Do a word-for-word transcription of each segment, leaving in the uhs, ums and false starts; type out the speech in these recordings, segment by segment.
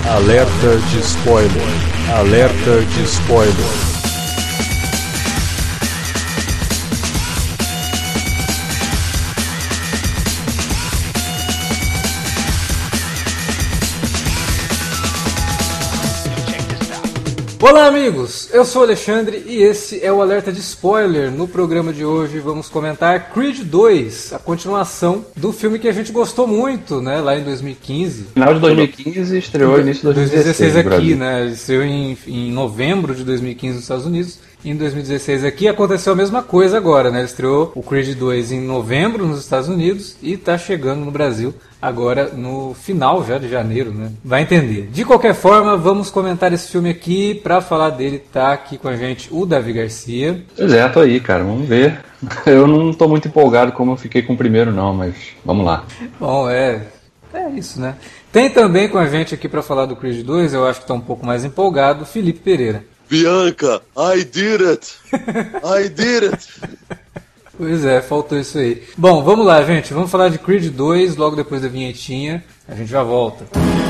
Alerta de spoiler. Alerta de spoiler. Olá amigos, eu sou o Alexandre e esse é o Alerta de Spoiler. No programa de hoje vamos comentar Creed dois, a continuação do filme que a gente gostou muito, né, lá em dois mil e quinze. Final de dois mil e quinze e estreou início de dois mil e dezesseis, dois mil e dezesseis aqui, né, estreou em, em novembro de dois mil e quinze nos Estados Unidos. Em dois mil e dezesseis aqui aconteceu a mesma coisa agora, né? Ele estreou o Creed dois em novembro nos Estados Unidos e está chegando no Brasil agora no final já de janeiro, né? Vai entender. De qualquer forma, vamos comentar esse filme aqui. Para falar dele, tá aqui com a gente o Davi Garcia. Pois é, tô aí, cara. Vamos ver. Eu não tô muito empolgado como eu fiquei com o primeiro, não, mas vamos lá. Bom, é... É isso, né? Tem também com a gente aqui para falar do Creed dois, eu acho que tá um pouco mais empolgado, Felipe Pereira. Bianca, I did it! I did it! Pois é, faltou isso aí. Bom, vamos lá, gente. Vamos falar de Creed dois logo depois da vinhetinha. A gente já volta.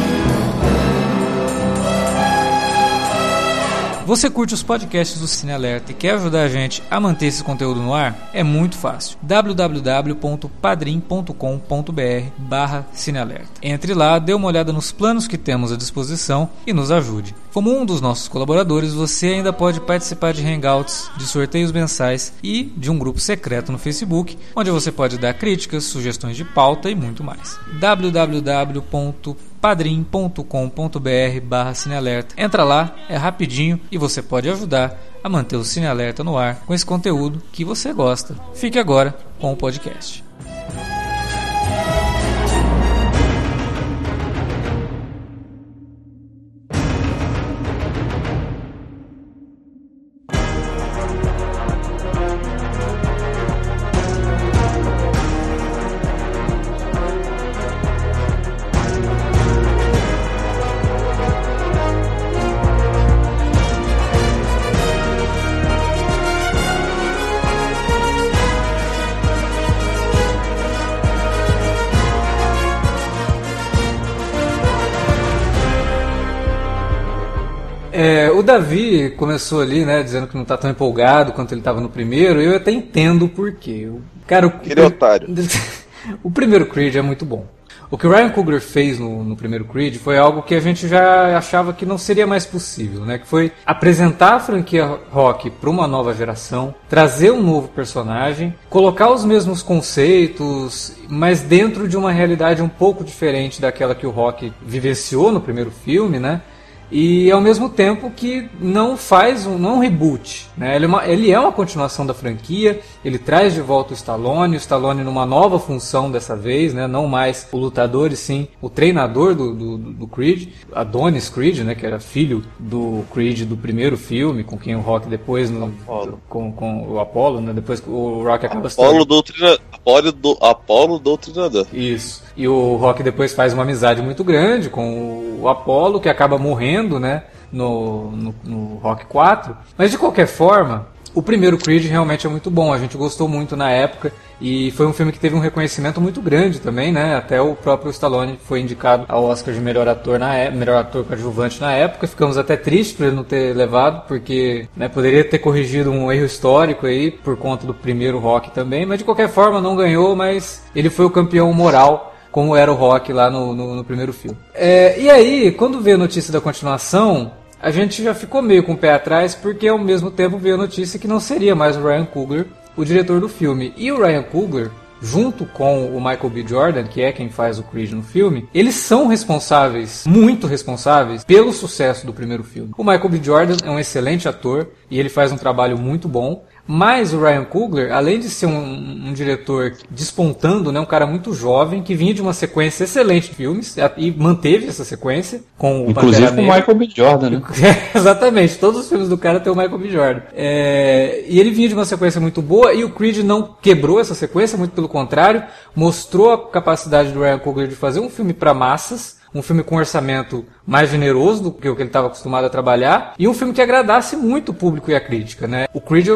Você curte os podcasts do Cine Alerta e quer ajudar a gente a manter esse conteúdo no ar? É muito fácil. w w w ponto padrim ponto com ponto b r barra cinealerta. Entre lá, dê uma olhada nos planos que temos à disposição e nos ajude. Como um dos nossos colaboradores, você ainda pode participar de hangouts, de sorteios mensais e de um grupo secreto no Facebook, onde você pode dar críticas, sugestões de pauta e muito mais. w w w ponto padrim ponto com ponto b r barra cinealerta. Entra lá, é rapidinho e você pode ajudar a manter o Cine Alerta no ar com esse conteúdo que você gosta. Fique agora com o podcast. É, o Davi começou ali, né, dizendo que não tá tão empolgado quanto ele tava no primeiro, e eu até entendo o porquê. Cara, o, Ele é otário. O primeiro Creed é muito bom. O que o Ryan Coogler fez no, no primeiro Creed foi algo que a gente já achava que não seria mais possível, né? Que foi apresentar a franquia Rock para uma nova geração, trazer um novo personagem, colocar os mesmos conceitos, mas dentro de uma realidade um pouco diferente daquela que o Rock vivenciou no primeiro filme, né? E ao mesmo tempo que não faz um, não um reboot, né? Ele, é uma, ele é uma continuação da franquia, ele traz de volta o Stallone, o Stallone numa nova função dessa vez, né? Não mais o lutador e sim o treinador do, do, do Creed, Adonis Creed, né? Que era filho do Creed do primeiro filme, com quem o Rock depois no, com, com o Apollo, né? Depois o Rock acaba Apollo doutrina, Apollo, do, Apollo doutrinador. Isso. E o Rock depois faz uma amizade muito grande com o Apollo, que acaba morrendo, né, no, no, no Rock quatro. Mas de qualquer forma, o primeiro Creed realmente é muito bom. A gente gostou muito na época e foi um filme que teve um reconhecimento muito grande também, né? Até o próprio Stallone foi indicado ao Oscar de melhor ator na época, melhor ator coadjuvante na época. Ficamos até tristes por ele não ter levado, porque, né, poderia ter corrigido um erro histórico aí por conta do primeiro Rock também. Mas de qualquer forma não ganhou, mas ele foi o campeão moral, como era o Rock lá no, no, no primeiro filme. É, e aí, quando veio a notícia da continuação, a gente já ficou meio com o pé atrás, porque ao mesmo tempo veio a notícia que não seria mais o Ryan Coogler o diretor do filme. E o Ryan Coogler, junto com o Michael B. Jordan, que é quem faz o Creed no filme, eles são responsáveis, muito responsáveis, pelo sucesso do primeiro filme. O Michael B. Jordan é um excelente ator e ele faz um trabalho muito bom. Mas o Ryan Coogler, além de ser um, um diretor despontando, né, um cara muito jovem, que vinha de uma sequência excelente de filmes, e manteve essa sequência com o Inclusive com o Michael B. Jordan, né? Exatamente, todos os filmes do cara tem o Michael B. Jordan. É, e ele vinha de uma sequência muito boa, e o Creed não quebrou essa sequência, muito pelo contrário, mostrou a capacidade do Ryan Coogler de fazer um filme para massas, um filme com um orçamento mais generoso do que o que ele estava acostumado a trabalhar, e um filme que agradasse muito o público e a crítica, né? O Creed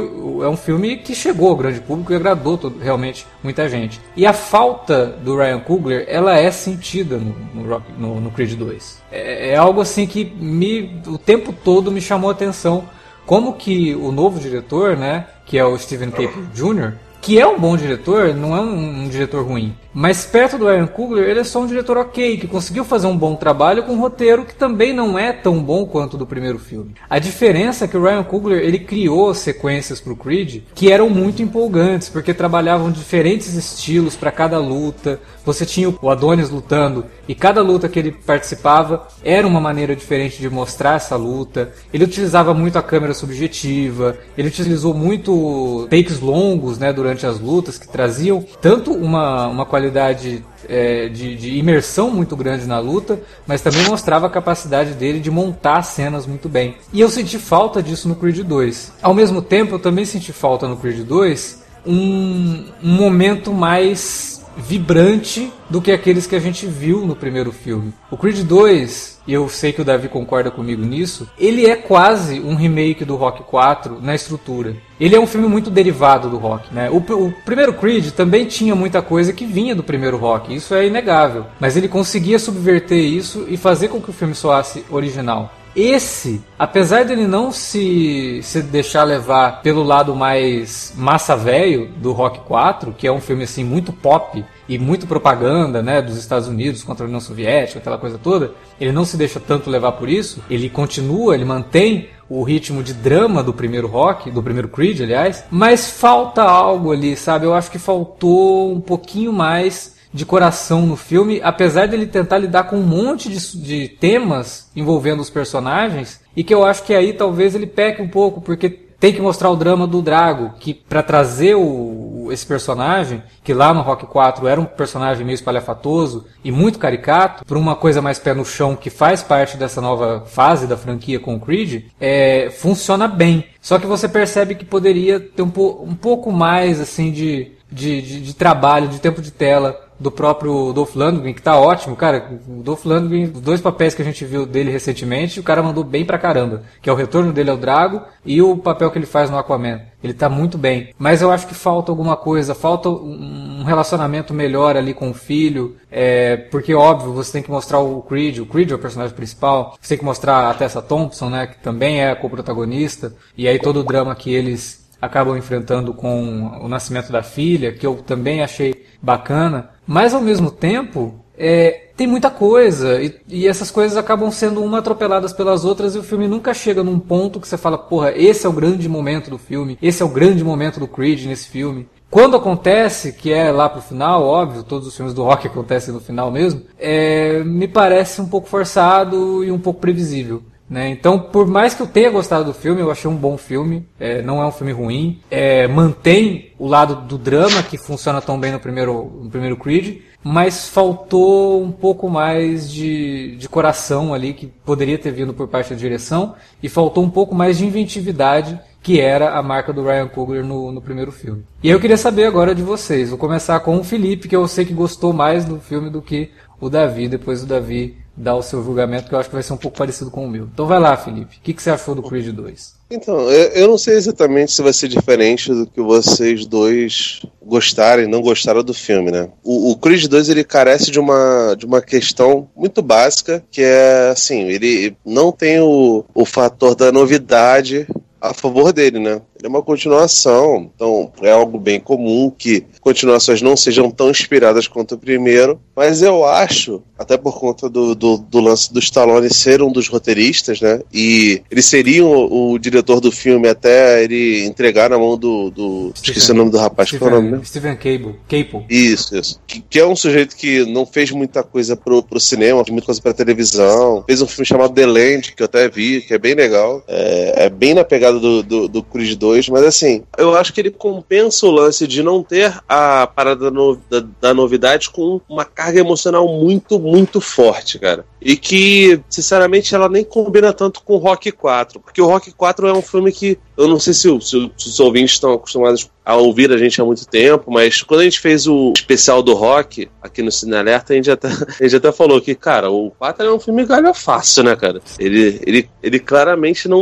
é um filme que chegou ao grande público e agradou todo, realmente muita gente. E a falta do Ryan Coogler, ela é sentida no, no, Rock, no, no Creed dois. É, é algo assim que me, o tempo todo me chamou a atenção. Como que o novo diretor, né, que é o Steven Caple Júnior, que é um bom diretor, não é um, um diretor ruim. Mas perto do Ryan Coogler, ele é só um diretor ok, que conseguiu fazer um bom trabalho com um roteiro que também não é tão bom quanto o do primeiro filme. A diferença é que o Ryan Coogler, ele criou sequências pro Creed que eram muito empolgantes, porque trabalhavam diferentes estilos para cada luta. Você tinha o Adonis lutando, e cada luta que ele participava era uma maneira diferente de mostrar essa luta. Ele utilizava muito a câmera subjetiva, ele utilizou muito takes longos, né, durante as lutas, que traziam tanto uma, uma qualidade qualidade é, de, de imersão muito grande na luta, mas também mostrava a capacidade dele de montar cenas muito bem. E eu senti falta disso no Creed dois. Ao mesmo tempo, eu também senti falta no Creed dois um, um momento mais vibrante do que aqueles que a gente viu no primeiro filme. O Creed dois, e eu sei que o Davi concorda comigo nisso, ele é quase um remake do Rock quatro na estrutura. Ele é um filme muito derivado do Rock, né? O, o primeiro Creed também tinha muita coisa que vinha do primeiro Rock, isso é inegável. Mas ele conseguia subverter isso e fazer com que o filme soasse original. Esse, apesar dele não se, se deixar levar pelo lado mais massa velho do Rock quatro, que é um filme assim muito pop e muito propaganda, né, dos Estados Unidos contra a União Soviética, aquela coisa toda, ele não se deixa tanto levar por isso, ele continua, ele mantém o ritmo de drama do primeiro Rock, do primeiro Creed, aliás, mas falta algo ali, sabe? Eu acho que faltou um pouquinho mais de coração no filme, apesar dele tentar lidar com um monte de, de temas envolvendo os personagens, e que eu acho que aí talvez ele peque um pouco, porque tem que mostrar o drama do Drago, que para trazer o, esse personagem, que lá no Rock quatro era um personagem meio espalhafatoso e muito caricato, para uma coisa mais pé no chão, que faz parte dessa nova fase da franquia com o Creed, é, funciona bem. Só que você percebe que poderia ter um, po, um pouco mais assim de, de, de, de trabalho, de tempo de tela, do próprio Dolph Lundgren, que tá ótimo, cara. O Dolph Lundgren, os dois papéis que a gente viu dele recentemente, o cara mandou bem pra caramba, que é o retorno dele ao Drago e o papel que ele faz no Aquaman. Ele tá muito bem, mas eu acho que falta alguma coisa, falta um relacionamento melhor ali com o filho, é, porque óbvio, você tem que mostrar o Creed, o Creed é o personagem principal, você tem que mostrar a Tessa Thompson, né, que também é a co-protagonista, e aí todo o drama que eles acabam enfrentando com o nascimento da filha, que eu também achei bacana, mas ao mesmo tempo é, tem muita coisa e, e essas coisas acabam sendo uma atropeladas pelas outras, e o filme nunca chega num ponto que você fala, porra, esse é o grande momento do filme, esse é o grande momento do Creed nesse filme. Quando acontece, que é lá pro final, óbvio, todos os filmes do Rock acontecem no final mesmo, é, me parece um pouco forçado e um pouco previsível. Né? Então, por mais que eu tenha gostado do filme, eu achei um bom filme, é, não é um filme ruim, é, mantém o lado do drama que funciona tão bem no primeiro, no primeiro Creed, mas faltou um pouco mais de, de coração ali, que poderia ter vindo por parte da direção, e faltou um pouco mais de inventividade, que era a marca do Ryan Coogler no, no primeiro filme. E eu queria saber agora de vocês, vou começar com o Felipe, que eu sei que gostou mais do filme do que o Davi, depois o Davi dar o seu julgamento, que eu acho que vai ser um pouco parecido com o meu. Então vai lá, Felipe. O que, que você achou do Creed dois? Então, eu não sei exatamente se vai ser diferente do que vocês dois gostarem, não gostaram do filme, né? O, o Creed dois, ele carece de uma, de uma questão muito básica, que é, assim, ele não tem o, o fator da novidade a favor dele, né? Ele é uma continuação, então é algo bem comum que continuações não sejam tão inspiradas quanto o primeiro, mas eu acho, até por conta do, do, do lance do Stallone ser um dos roteiristas, né? E ele seria o, o diretor do filme até ele entregar na mão do... do Steven, esqueci o nome do rapaz, Steven, qual é o nome, né? Steven Caple. Caple. Isso, isso. Que, que é um sujeito que não fez muita coisa pro, pro cinema, fez muita coisa pra televisão, fez um filme chamado The Land, que eu até vi, que é bem legal, é, é bem na pegada do, do, do Creed dois, mas assim, eu acho que ele compensa o lance de não ter a parada no, da, da novidade com uma carga emocional muito, muito forte, cara. E que, sinceramente, ela nem combina tanto com o Rock quatro, porque o Rock quatro é um filme que, eu não sei se, se, se os ouvintes estão acostumados a ouvir a gente há muito tempo, mas quando a gente fez o especial do Rock aqui no Cine Alerta, a gente até, a gente até falou que, cara, o quatro é um filme galhofaço, né, cara? Ele, ele, ele claramente não...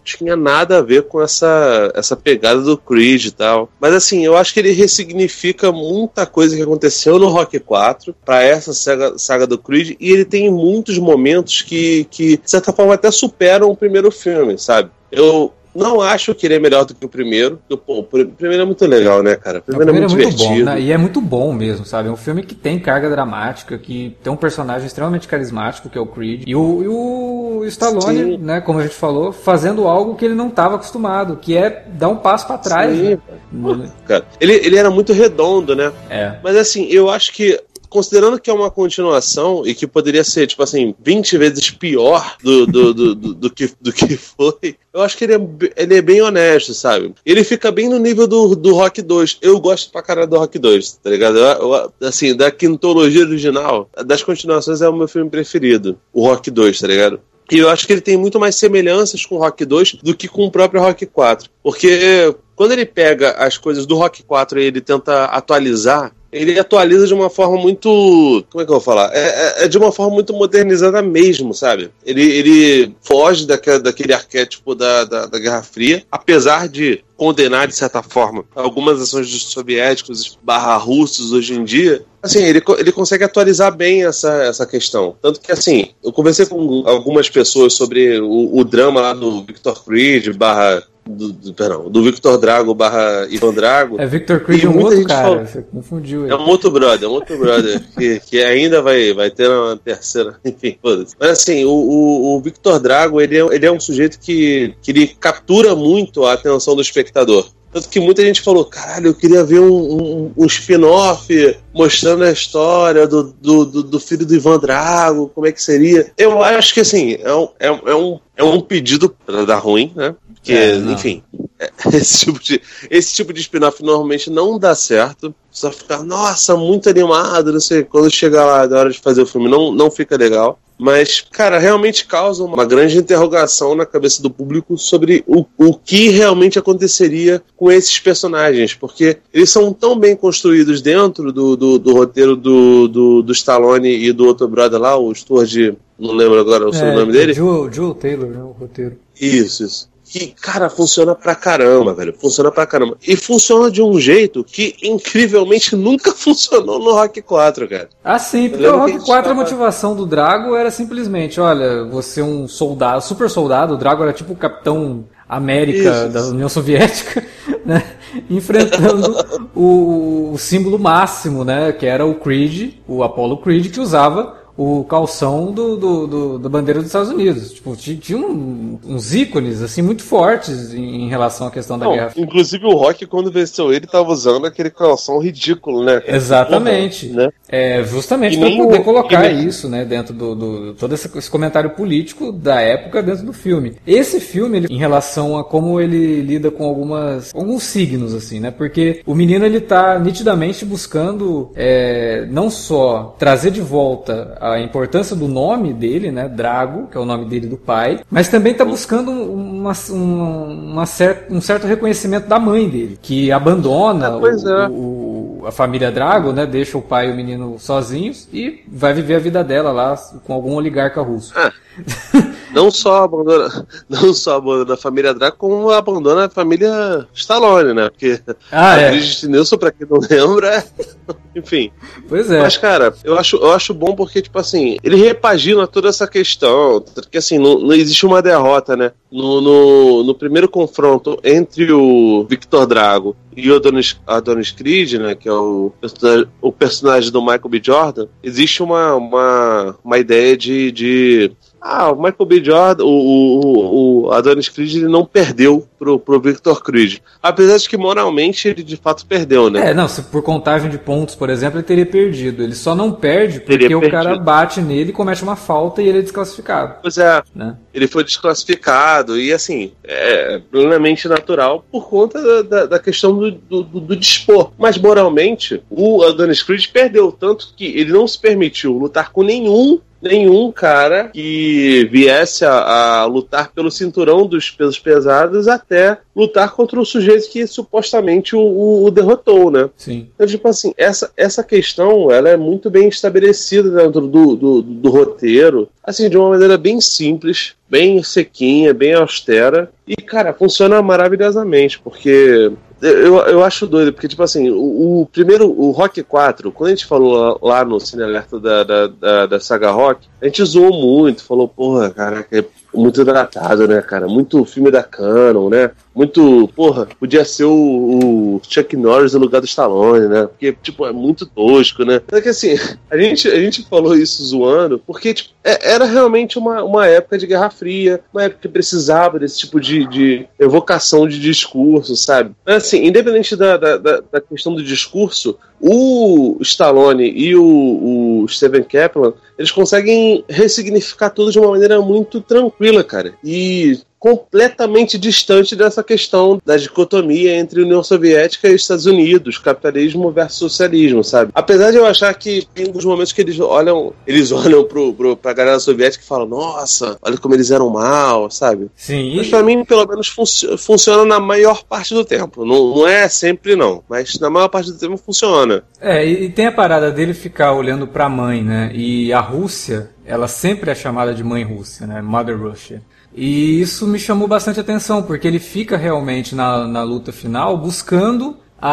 tinha nada a ver com essa, essa pegada do Creed e tal. Mas assim, eu acho que ele ressignifica muita coisa que aconteceu no Rock quatro pra essa saga, saga do Creed, e ele tem muitos momentos que, que, de certa forma, até superam o primeiro filme, sabe? Eu não acho que ele é melhor do que o primeiro. Porque, pô, o primeiro é muito legal, né, cara? O primeiro, o primeiro é muito, é muito divertido. Bom, né? E é muito bom mesmo, sabe? É um filme que tem carga dramática, que tem um personagem extremamente carismático, que é o Creed. E o, e o Stallone, Sim. né, como a gente falou, fazendo algo que ele não estava acostumado, que é dar um passo para trás. Sim, né? Pô, cara. Ele, ele era muito redondo, né? É. Mas assim, eu acho que considerando que é uma continuação e que poderia ser, tipo assim, vinte vezes pior do, do, do, do, do, que, do que foi, eu acho que ele é, ele é bem honesto, sabe? Ele fica bem no nível do, do Rock dois. Eu gosto pra caralho do Rock dois, tá ligado? Eu, eu, assim, da quintologia original, das continuações é o meu filme preferido, o Rock dois, tá ligado? E eu acho que ele tem muito mais semelhanças com o Rock dois do que com o próprio Rock quatro. Porque quando ele pega as coisas do Rock quatro e ele tenta atualizar, ele atualiza de uma forma muito... Como é que eu vou falar? É, é, é de uma forma muito modernizada mesmo, sabe? Ele, ele foge daquele, daquele arquétipo da, da, da Guerra Fria, apesar de condenar, de certa forma, algumas ações dos soviéticos barra russos hoje em dia. Assim, ele, ele consegue atualizar bem essa, essa questão. Tanto que, assim, eu conversei com algumas pessoas sobre o, o drama lá do Victor Creed barra... Do, do, perdão, do Victor Drago barra Ivan Drago. É Victor Creed é um outro cara, falou, você confundiu ele. É um outro brother, é um outro brother que, que ainda vai, vai ter uma terceira, enfim, foda-se. Mas assim, o, o, o Victor Drago, ele é, ele é um sujeito que, que ele captura muito a atenção do espectador. Tanto que muita gente falou, caralho, eu queria ver um, um, um spin-off mostrando a história do, do, do, do filho do Ivan Drago, como é que seria. Eu acho que, assim, é um, é, é um, é um pedido pra dar ruim, né? Porque, é, enfim, esse tipo de, esse tipo de spin-off normalmente não dá certo. Só ficar, nossa, muito animado, não sei, quando chegar lá na hora de fazer o filme não, não fica legal. Mas, cara, realmente causa uma grande interrogação na cabeça do público sobre o, o que realmente aconteceria com esses personagens, porque eles são tão bem construídos dentro do, do, do roteiro do, do, do Stallone e do outro brother lá, o Stuart, não lembro agora o é, sobrenome dele. Joel, Joel Taylor, né, o roteiro. Isso, isso. Que, cara, funciona pra caramba, velho. Funciona pra caramba. E funciona de um jeito que, incrivelmente, nunca funcionou no Rock quatro, cara. Ah, sim. Porque o Rock quatro, a motivação do Drago era simplesmente, olha, você é um soldado, super soldado, o Drago era tipo o Capitão América Isso. da União Soviética, né? Enfrentando o, o símbolo máximo, né? Que era o Creed, o Apollo Creed, que usava o calção do, do, do, da bandeira dos Estados Unidos. Tipo, tinha um, uns ícones assim, muito fortes em, em relação à questão da Não, Guerra Fria. Inclusive o Rock, quando venceu ele, estava usando aquele calção ridículo, né? Exatamente. Uhum, né? É, justamente para poder o, colocar nem... isso, né, dentro do, do todo esse, esse comentário político da época dentro do filme. Esse filme, ele, em relação a como ele lida com algumas alguns signos, assim, né? Porque o menino, ele tá nitidamente buscando é, não só trazer de volta a importância do nome dele, né, Drago, que é o nome dele do pai, mas também está buscando uma, uma, uma cer- um certo reconhecimento da mãe dele, que abandona ah, pois o, é. o, a família Drago, né, deixa o pai e o menino sozinhos e vai viver a vida dela lá com algum oligarca russo. Ah. Não só abandona, não só abandona a família Drago, como abandona a família Stallone, né? Porque ah, a é. Brigitte Nielsen, pra quem não lembra, é... enfim. Pois é. Mas, cara, eu acho, eu acho bom porque, tipo assim, ele repagina toda essa questão, porque assim, não, não existe uma derrota, né? No, no, no primeiro confronto entre o Victor Drago e o Adonis, Adonis Creed, né, que é o, o personagem do Michael B. Jordan, existe uma, uma, uma ideia de, de ah, o Michael B. Jordan, o, o, o Adonis Creed, ele não perdeu pro, pro Victor Creed. Apesar de que moralmente ele de fato perdeu, né? É, não, se por contagem de pontos, por exemplo, ele teria perdido. Ele só não perde porque teria o perdido. cara bate nele, comete uma falta e ele é desclassificado. Pois é, né? Ele foi desclassificado e assim, é plenamente natural por conta da, da, da questão do, do, do dispor. Mas moralmente, o Adonis Creed perdeu, tanto que ele não se permitiu lutar com nenhum nenhum cara que viesse a, a lutar pelo cinturão dos pesos pesados até lutar contra o sujeito que supostamente o, o, o derrotou, né? Sim. Então, tipo assim, essa, essa questão, ela é muito bem estabelecida dentro do, do, do roteiro, assim, de uma maneira bem simples, bem sequinha, bem austera, e, cara, funciona maravilhosamente, porque... Eu, eu acho doido, porque, tipo assim, o, o primeiro, o Rock quatro, quando a gente falou lá, lá no Cine Alerta da, da, da, da saga Rock, a gente zoou muito, falou, porra, cara, é muito datado, né, cara? Muito filme da Canon, né? Muito, porra, podia ser o, o Chuck Norris no lugar do Stallone, né? Porque, tipo, é muito tosco, né? Só que, assim, a gente, a gente falou isso zoando, porque, tipo, é, era realmente uma, uma época de Guerra Fria, uma época que precisava desse tipo de, de evocação de discurso, sabe? Mas, assim, independente da, da, da questão do discurso, o Stallone e o, o Steven Kaplan, eles conseguem ressignificar tudo de uma maneira muito tranquila, cara. E completamente distante dessa questão da dicotomia entre União Soviética e Estados Unidos, capitalismo versus socialismo, sabe? Apesar de eu achar que tem alguns momentos que eles olham, eles olham pro, pro, pra galera soviética e falam, nossa, olha como eles eram mal, sabe? Sim. Mas pra mim, pelo menos, func- funciona na maior parte do tempo. Não, não é sempre, não. Mas na maior parte do tempo funciona. É, e, e tem a parada dele ficar olhando pra mãe, né? E a Rússia, ela sempre é chamada de mãe Rússia, né? Mother Russia. E isso me chamou bastante atenção, porque ele fica realmente na, na luta final buscando a,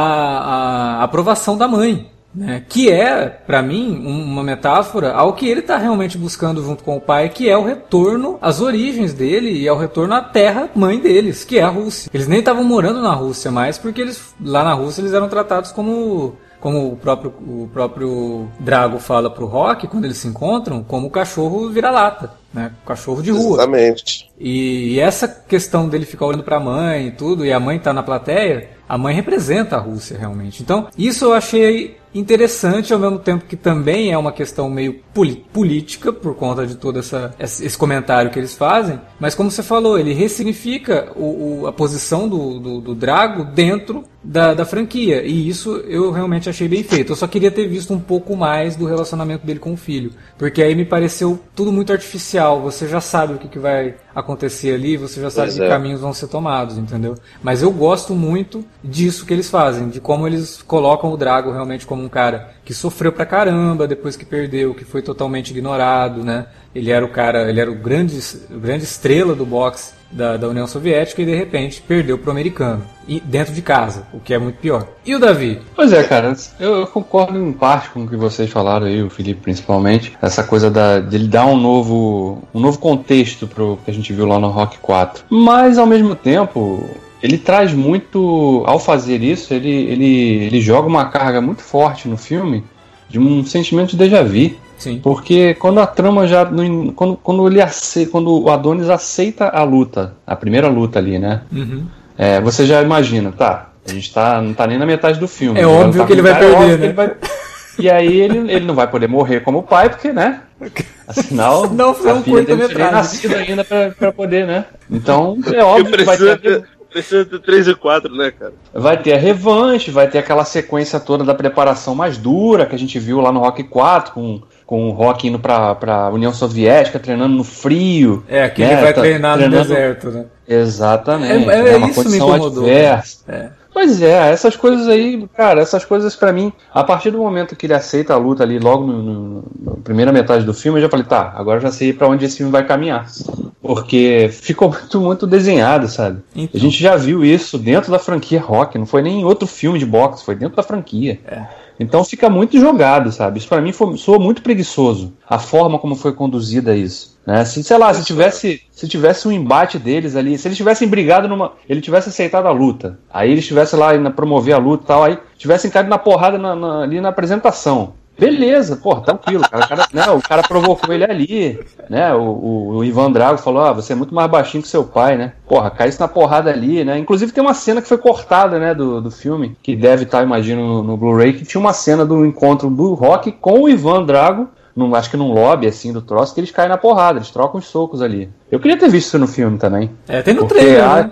a aprovação da mãe, né? Que é, pra mim, uma metáfora ao que ele está realmente buscando junto com o pai, que é o retorno às origens dele e ao retorno à terra-mãe deles, que é a Rússia. Eles nem estavam morando na Rússia mais, porque eles, lá na Rússia eles eram tratados como... como o próprio, o próprio Drago fala pro Rock, quando eles se encontram, como o cachorro vira-lata, né? O cachorro de rua. Exatamente. E, e essa questão dele ficar olhando pra mãe e tudo, e a mãe tá na plateia, a mãe representa a Rússia realmente. Então, isso eu achei interessante, ao mesmo tempo que também é uma questão meio política, por conta de todo essa, esse comentário que eles fazem, mas como você falou, ele ressignifica o, o, a posição do, do, do Drago dentro da, da franquia, e isso eu realmente achei bem feito. Eu só queria ter visto um pouco mais do relacionamento dele com o filho, porque aí me pareceu tudo muito artificial, você já sabe o que, que vai acontecer ali, você já sabe Pois que é. caminhos vão ser tomados, entendeu? Mas eu gosto muito disso que eles fazem, de como eles colocam o Drago realmente como um cara que sofreu pra caramba depois que perdeu, que foi totalmente ignorado, né? Ele era o cara, ele era o grande, o grande estrela do boxe da, da União Soviética e de repente perdeu pro americano, e dentro de casa, o que é muito pior. E o Davi? Pois é, cara, eu, eu concordo em parte com o que vocês falaram aí, o Felipe principalmente, essa coisa da, de ele dar um novo, um novo contexto pro que a gente viu lá no Rock quatro. Mas, ao mesmo tempo, ele traz muito, ao fazer isso, ele, ele, ele joga uma carga muito forte no filme de um sentimento de déjà vu. Sim. Porque quando a trama já. Quando, quando, ele aceita, quando o Adonis aceita a luta, a primeira luta ali, né? Uhum. É, você já imagina, tá? A gente tá, não tá nem na metade do filme. É óbvio tá que ele vai cara, perder, óbvio que né? ele vai- E aí ele, ele não vai poder morrer como o pai, porque, né? Afinal, Não foi a um filha dele seria curta-metragem. nascida ainda pra, pra poder, né? Então, é óbvio que vai Precisa ter, ter, precisa ter três e quatro, né, cara? vai ter a revanche, vai ter aquela sequência toda da preparação mais dura que a gente viu lá no Rock quatro, com, com o Rock indo pra, pra União Soviética, treinando no frio. É, que né? ele vai Tá treinar no treinando- deserto, né? Exatamente. É- é uma isso me condição incomodou, adversa. É. Pois é, essas coisas aí, cara, essas coisas pra mim, a partir do momento que ele aceita a luta ali, logo no, no, na primeira metade do filme, eu já falei, tá, agora eu já sei pra onde esse filme vai caminhar. Porque ficou muito, muito desenhado, sabe? Então. A gente já viu isso dentro da franquia Rock, não foi nem em outro filme de boxe, foi dentro da franquia. É. Então fica muito jogado, sabe? Isso pra mim foi, soa muito preguiçoso, a forma como foi conduzida isso. Né? Se, sei lá, se tivesse, se tivesse um embate deles ali, se eles tivessem brigado numa. Ele tivesse aceitado a luta, aí eles tivessem lá indo promover a luta e tal, aí tivessem caído na porrada na, na, ali na apresentação. Beleza, pô, tranquilo, cara, o, cara, né, o cara provocou ele ali, né? O, o, o Ivan Drago falou, ah, você é muito mais baixinho que seu pai, né? Porra, caísse na porrada ali, né? Inclusive tem uma cena que foi cortada, né, do, do filme, que deve estar, imagino, no, no Blu-ray, que tinha uma cena do encontro do Rock com o Ivan Drago, num, acho que num lobby, assim, do troço, que eles caem na porrada, eles trocam os socos ali. Eu queria ter visto isso no filme também. É, tem no Porque trailer, há né? aquela...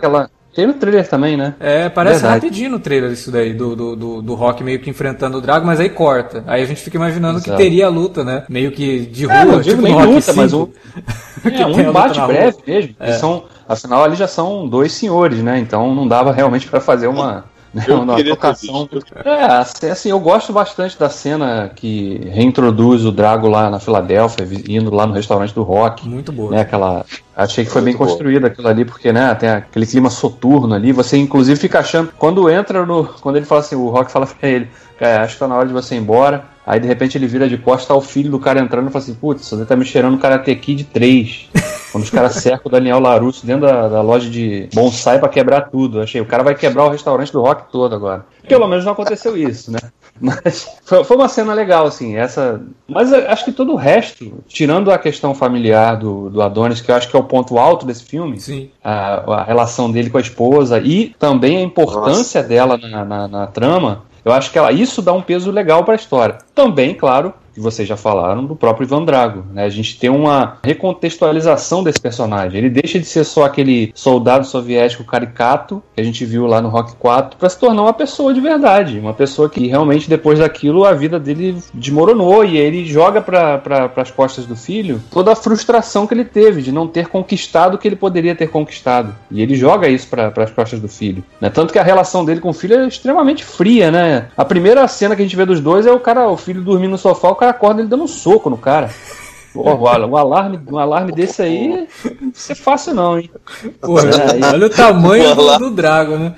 Tem no trailer também, né? É, parece Verdade. rapidinho no trailer isso daí, do, do, do, do Rock meio que enfrentando o Drago, mas aí corta. Aí a gente fica imaginando Exato. que teria a luta, né? Meio que de rua, É, não digo tipo nem no Rock luta, mas cinco. um, é, um tem a luta embate na breve rua. mesmo. É. Eles são, afinal, ali já são dois senhores, né? Então não dava realmente pra fazer uma... Né, Eu uma queria ter trocação. visto. É, assim, assim, eu gosto bastante da cena que reintroduz o Drago lá na Filadélfia, vi- indo lá no restaurante do Rock. Muito boa. Né, aquela, achei que foi Muito bem construído aquilo ali, porque né, tem aquele clima soturno ali. Você inclusive fica achando, quando entra no. Quando ele fala assim, o Rock fala pra ele, cara, acho que tá na hora de você ir embora. Aí de repente ele vira de costas, tá o filho do cara entrando e fala assim, putz, você tá me cheirando o Karate Kid três. Quando os caras cercam o Daniel LaRusso dentro da, da loja de bonsai pra quebrar tudo. Achei, o cara vai quebrar o restaurante do Rock todo agora. Pelo menos não aconteceu isso, né? Mas foi, foi uma cena legal, assim, essa... Mas eu acho que todo o resto, tirando a questão familiar do, do Adonis, que eu acho que é o ponto alto desse filme, Sim. a, a relação dele com a esposa e também a importância dela na, na, na trama, eu acho que ela, isso dá um peso legal pra história. Também, claro, que vocês já falaram, do próprio Ivan Drago, né? A gente tem uma recontextualização desse personagem. Ele deixa de ser só aquele soldado soviético caricato que a gente viu lá no Rock quatro para se tornar uma pessoa de verdade, uma pessoa que realmente depois daquilo a vida dele desmoronou e ele joga para as costas do filho toda a frustração que ele teve de não ter conquistado o que ele poderia ter conquistado. E ele joga isso para as costas do filho, né? Tanto que a relação dele com o filho é extremamente fria, né? A primeira cena que a gente vê dos dois é o cara, o filho dormindo no sofá, o cara acorda ele dando um soco no cara. Pô, um alarme, um alarme desse aí não é fácil não, hein? Porra, É, olha o tamanho do, do Drago, né?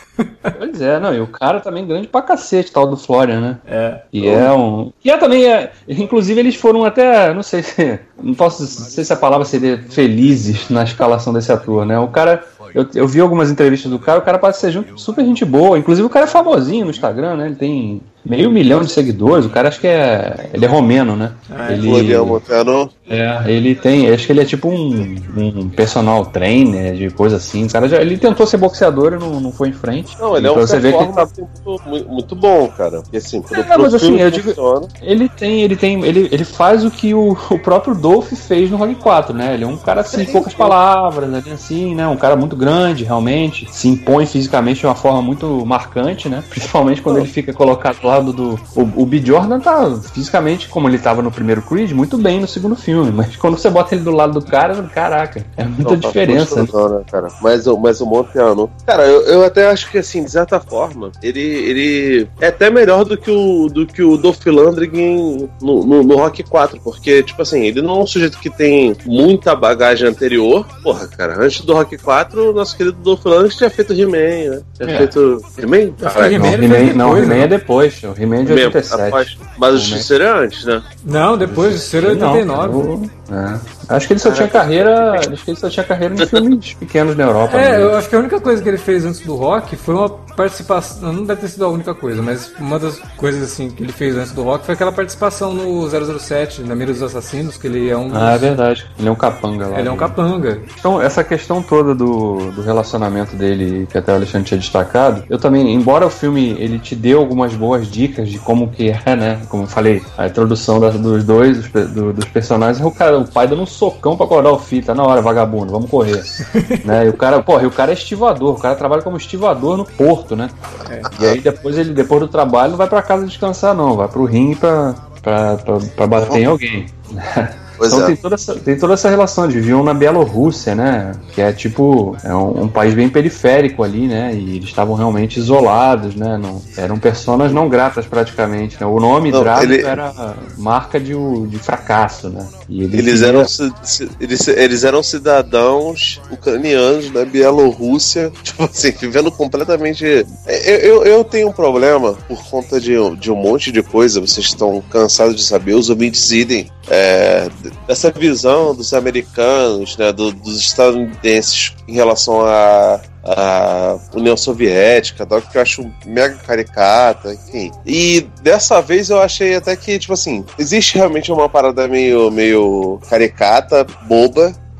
Pois é, não, e o cara também grande pra cacete, tal do Florian, né? É. E é um. E é também, é... inclusive eles foram até, não sei se. Não posso não sei se a palavra seria felizes na escalação desse ator, né? O cara. Eu, eu vi algumas entrevistas do cara, o cara parece ser super gente boa. Inclusive o cara é famosinho no Instagram, né? Ele tem meio milhão de seguidores. O cara acho que é. Ele é romeno, né? Ah, ele, Florian Montano. É, ele tem. Acho que ele é tipo um, um personal trainer, de coisa assim. O cara já, ele tentou ser boxeador e não, não foi em frente. Não, ele é Então um você vê que ele tá... muito, muito, muito bom, cara. Porque assim, pro, É, pro mas assim, filme eu digo- funciona. Ele tem, ele tem, ele, ele faz o que o, o próprio Dolph fez no Rock quatro, né? Ele é um cara assim, poucas palavras, ali, assim, né? Um cara muito grande, realmente, se impõe fisicamente de uma forma muito marcante, né? Principalmente quando ele fica colocado ao lado do... O, o B. Jordan tá fisicamente, como ele tava no primeiro Creed, muito bem no segundo filme, mas quando você bota ele do lado do cara, caraca, é muita Não, diferença, né? não, né, cara? Mas, o- mas o Montano, cara, eu, eu até acho que assim, de certa forma, ele, ele é até melhor do que o do que o Dolph Lundgren no, no, no Rock quatro, porque, tipo assim, ele não é um sujeito que tem muita bagagem anterior. Porra, cara, antes do Rock quatro, o nosso querido Dolph Lundgren tinha feito He-Man, né? Tinha É. feito He-Man? Acho que He-Man Não, ele He-Man, fez não, depois, He-Man né? é depois, o He-Man é de Mesmo, oitenta e sete. após. Mas o Justiceiro é antes, né? Não, depois de ser oitenta e nove. Não, é. Acho que ele só tinha carreira. Acho que ele só tinha carreira em filmes pequenos na Europa. É, né? eu acho que a única coisa que ele fez antes do Rock foi uma participação. Não deve ter sido a única coisa, mas uma das coisas assim que ele fez antes do Rock foi aquela participação no zero zero sete, na Mira dos Assassinos, que ele é um. Ah, é verdade. Ele é um capanga lá. Ele é um capanga. Então, essa questão toda do, do relacionamento dele, que até o Alexandre tinha destacado, eu também, embora o filme ele te dê algumas boas dicas de como que é, né? Como eu falei, a introdução das, dos dois, dos, pe- do- dos personagens, o cara, o pai dando um socão pra acordar o filho, tá na hora, vagabundo, vamos correr. Né? E o cara, porra, e o cara é estivador, o cara trabalha como estivador no porto, né? E aí depois ele, depois do trabalho, não vai pra casa descansar, não, vai pro ringue pra, pra, pra, pra bater em alguém. Pois Então é. tem, toda essa, tem toda essa relação. Eles viviam na Bielorrússia, né? Que é tipo, é um, um país bem periférico ali, né? E eles estavam realmente isolados, né? Não, eram personas não gratas praticamente, né? O nome Não, Drago ele- era marca de, de fracasso, né? E ele Eles queria- eram, ci- ci- eles, eles eram cidadãos ucranianos da Bielorrússia, tipo assim, vivendo completamente. Eu, eu, eu tenho um problema por conta de, de um monte de coisa, vocês estão cansados de saber, os ouvintes idem, é, dessa visão dos americanos, né, do- dos estadunidenses em relação à a União Soviética, tal, que eu acho mega caricata, enfim. E dessa vez eu achei até que, tipo assim, existe realmente uma parada meio, meio caricata, boba,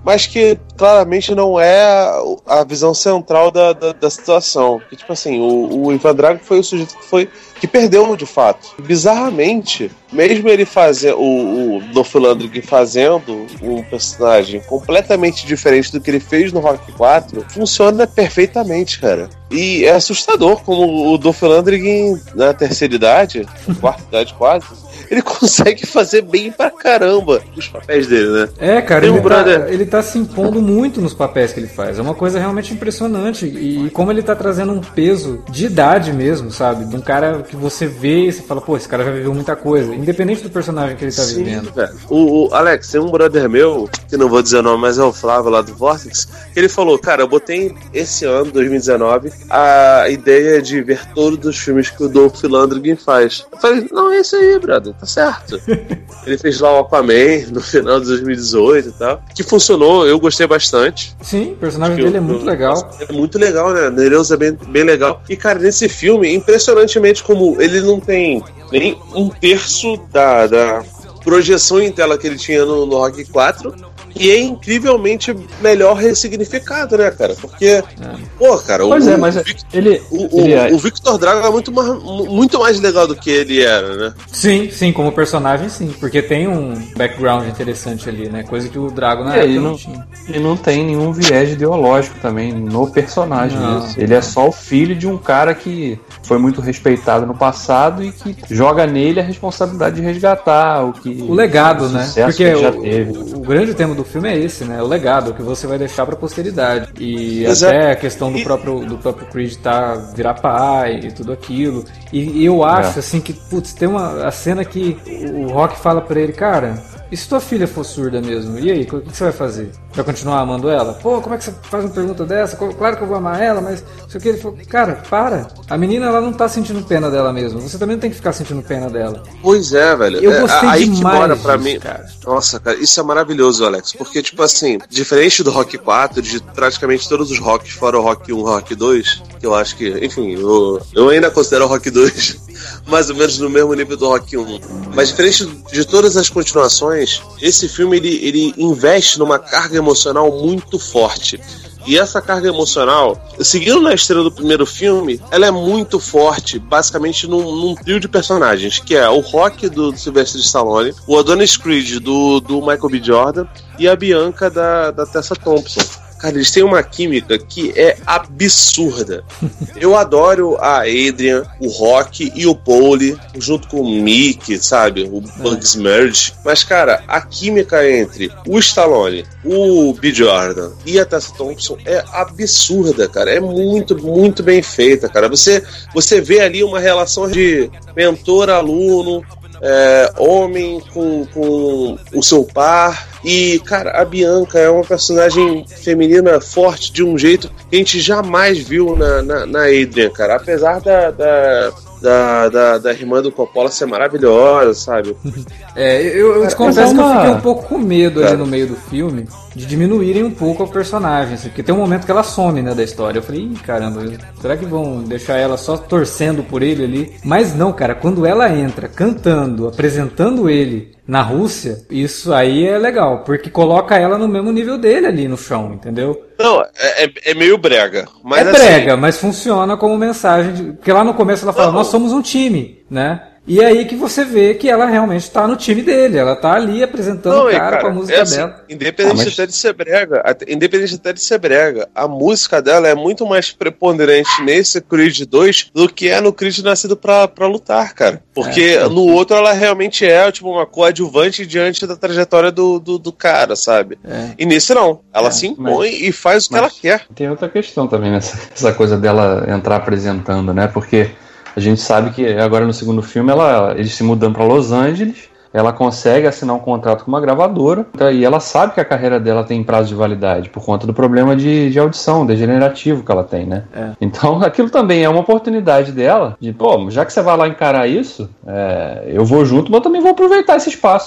mas que claramente não é a visão central da, da, da situação. Que, tipo assim, o, o Ivan Drago foi o sujeito que foi que perdeu de fato. Bizarramente, mesmo ele fazendo o, o Dolph Lundgren fazendo um personagem completamente diferente do que ele fez no Rocky quatro, funciona perfeitamente, cara. E é assustador como o Dolph Lundgren, na terceira idade, na quarta idade quase, ele consegue fazer bem pra caramba os papéis dele, né? É, cara, Tem ele, um brother... tá, ele tá se impondo muito nos papéis que ele faz. É uma coisa realmente impressionante. E como ele tá trazendo um peso de idade mesmo, sabe? De um cara que você vê e você fala, pô, esse cara já viveu muita coisa. Independente do personagem que ele tá Sim, vivendo. O, o Alex, tem um brother meu, que não vou dizer o nome, mas é o Flávio lá do Vortex, que ele falou, cara, eu botei esse ano, dois mil e dezenove, a ideia de ver todos os filmes que o Dolph Lundgren faz. Eu falei, não, é isso aí, brother, tá certo. Ele fez lá o Aquaman no final de dois mil e dezoito e tal, que funcionou, eu gostei bastante. Sim, o personagem Porque dele eu, é muito eu, legal. É muito legal, né? Nereus é bem, bem legal. E, cara, nesse filme, impressionantemente como ele não tem nem um terço da, da projeção em tela que ele tinha no, no Rocky quatro, e é incrivelmente melhor ressignificado, né, cara? Porque, é. pô, cara, pois o, é, mas o, Victor, ele, o, ele o, é... o Victor Drago é muito mais, muito mais legal do que ele era, né? Sim, sim, como personagem, sim. Porque tem um background interessante ali, né? Coisa que o Drago na é, época ele não, não tinha. E não tem nenhum viés ideológico também no personagem. Não. Ele é só o filho de um cara que foi muito respeitado no passado e que joga nele a responsabilidade de resgatar o que... O legado, o né? sucesso Porque que ele já o, teve. o grande tema do filme é esse, né? O legado, o que você vai deixar pra posteridade. E Exato. até a questão do E... próprio, do próprio Creed tá, virar pai e tudo aquilo. E, e eu acho, É. assim, que, putz, tem uma a cena que o Rock fala pra ele, cara... E se tua filha for surda mesmo? E aí, o que você vai fazer? Vai continuar amando ela? Pô, como é que você faz uma pergunta dessa? Claro que eu vou amar ela, mas... Isso aqui, ele falou, cara, para. A menina, ela não tá sentindo pena dela mesmo. Você também não tem que ficar sentindo pena dela. Pois é, velho. Eu gostei é, aí demais que mora pra disso, mim. cara. Nossa, cara, isso é maravilhoso, Alex. Porque, tipo assim, diferente do Rock quatro, de praticamente todos os Rocks, fora o Rock um e o Rock dois, que eu acho que, enfim, eu, eu ainda considero o Rock dois mais ou menos no mesmo nível do Rock um. Mas diferente de todas as continuações, esse filme ele, ele investe numa carga emocional muito forte. E essa carga emocional, seguindo na estrela do primeiro filme, ela é muito forte, basicamente num, num trio de personagens, que é o Rock do, do Sylvester Stallone, o Adonis Creed do, do Michael B. Jordan e a Bianca da, da Tessa Thompson. Cara, eles têm uma química que é absurda. Eu adoro a Adrian, o Rock e o Paulie, junto com o Mickey, sabe? O Bugs Merge. Mas, cara, a química entre o Stallone, o B. Jordan e a Tessa Thompson é absurda, cara. É muito, muito bem feita, cara. Você, você vê ali uma relação de mentor-aluno, É, homem com, com o seu par. E, cara, a Bianca é uma personagem feminina forte de um jeito que a gente jamais viu na, na, na Adrian, cara. Apesar da, da, da, da, da irmã do Coppola ser maravilhosa, sabe? É, eu, eu te Cara, confesso mas é uma- que eu fiquei um pouco com medo ali Cara. no meio do filme de diminuírem um pouco o personagem, assim, porque tem um momento que ela some, né, da história. Eu falei, ih, caramba, será que vão deixar ela só torcendo por ele ali? Mas não, cara, quando ela entra cantando, apresentando ele na Rússia, isso aí é legal, porque coloca ela no mesmo nível dele ali no chão, entendeu? Não, é, é, é meio brega. Mas é assim, brega, mas funciona como mensagem, de, porque lá no começo ela fala, Não. nós somos um time, né? E aí que você vê que ela realmente tá no time dele, ela tá ali apresentando Não, o e, cara, com a música é assim, dela. Independente Ah, mas- até de ser brega, até- independente até de ser brega, a música dela é muito mais preponderante nesse Creed dois do que é no Creed Nascido pra, pra Lutar, cara. Porque É. no outro ela realmente é tipo uma coadjuvante diante da trajetória do, do, do cara, sabe? É. E nesse não. Ela É, se impõe mas- e faz o que mas- ela quer. Tem outra questão também nessa essa coisa dela entrar apresentando, né? Porque a gente sabe que agora no segundo filme ela, eles se mudando para Los Angeles, ela consegue assinar um contrato com uma gravadora e ela sabe que a carreira dela tem prazo de validade por conta do problema de, de audição degenerativo que ela tem, né? É. Então aquilo também é uma oportunidade dela de, pô, já que você vai lá encarar isso, é, eu vou junto, mas eu também vou aproveitar esse espaço, né?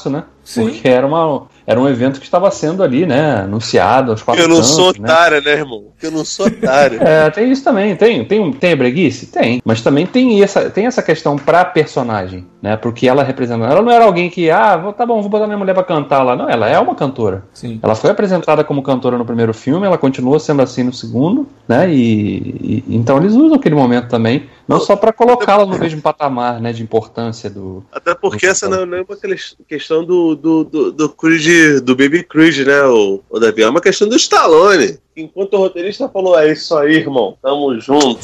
Sim. Porque era, uma, era um evento que estava sendo ali, né, anunciado aos quatro Eu não cantos, sou né? otário, né, irmão? Eu não sou otário. É, tem isso também, tem, tem, tem a breguice? Tem, mas também tem essa, tem essa questão pra personagem, né, porque ela representa, ela não era alguém que, ah, vou, tá bom, vou botar minha mulher pra cantar lá, não, ela é uma cantora. Sim. Ela foi apresentada como cantora no primeiro filme, ela continua sendo assim no segundo, né, e, e então eles usam aquele momento também, não só pra colocá-la no mesmo patamar, né, de importância do... Até porque do essa não, não é uma questão do, do, do, do Creed, do Baby Creed, né, o, o Davi? É uma questão do Stallone. Enquanto o roteirista falou, é isso aí, irmão, tamo junto.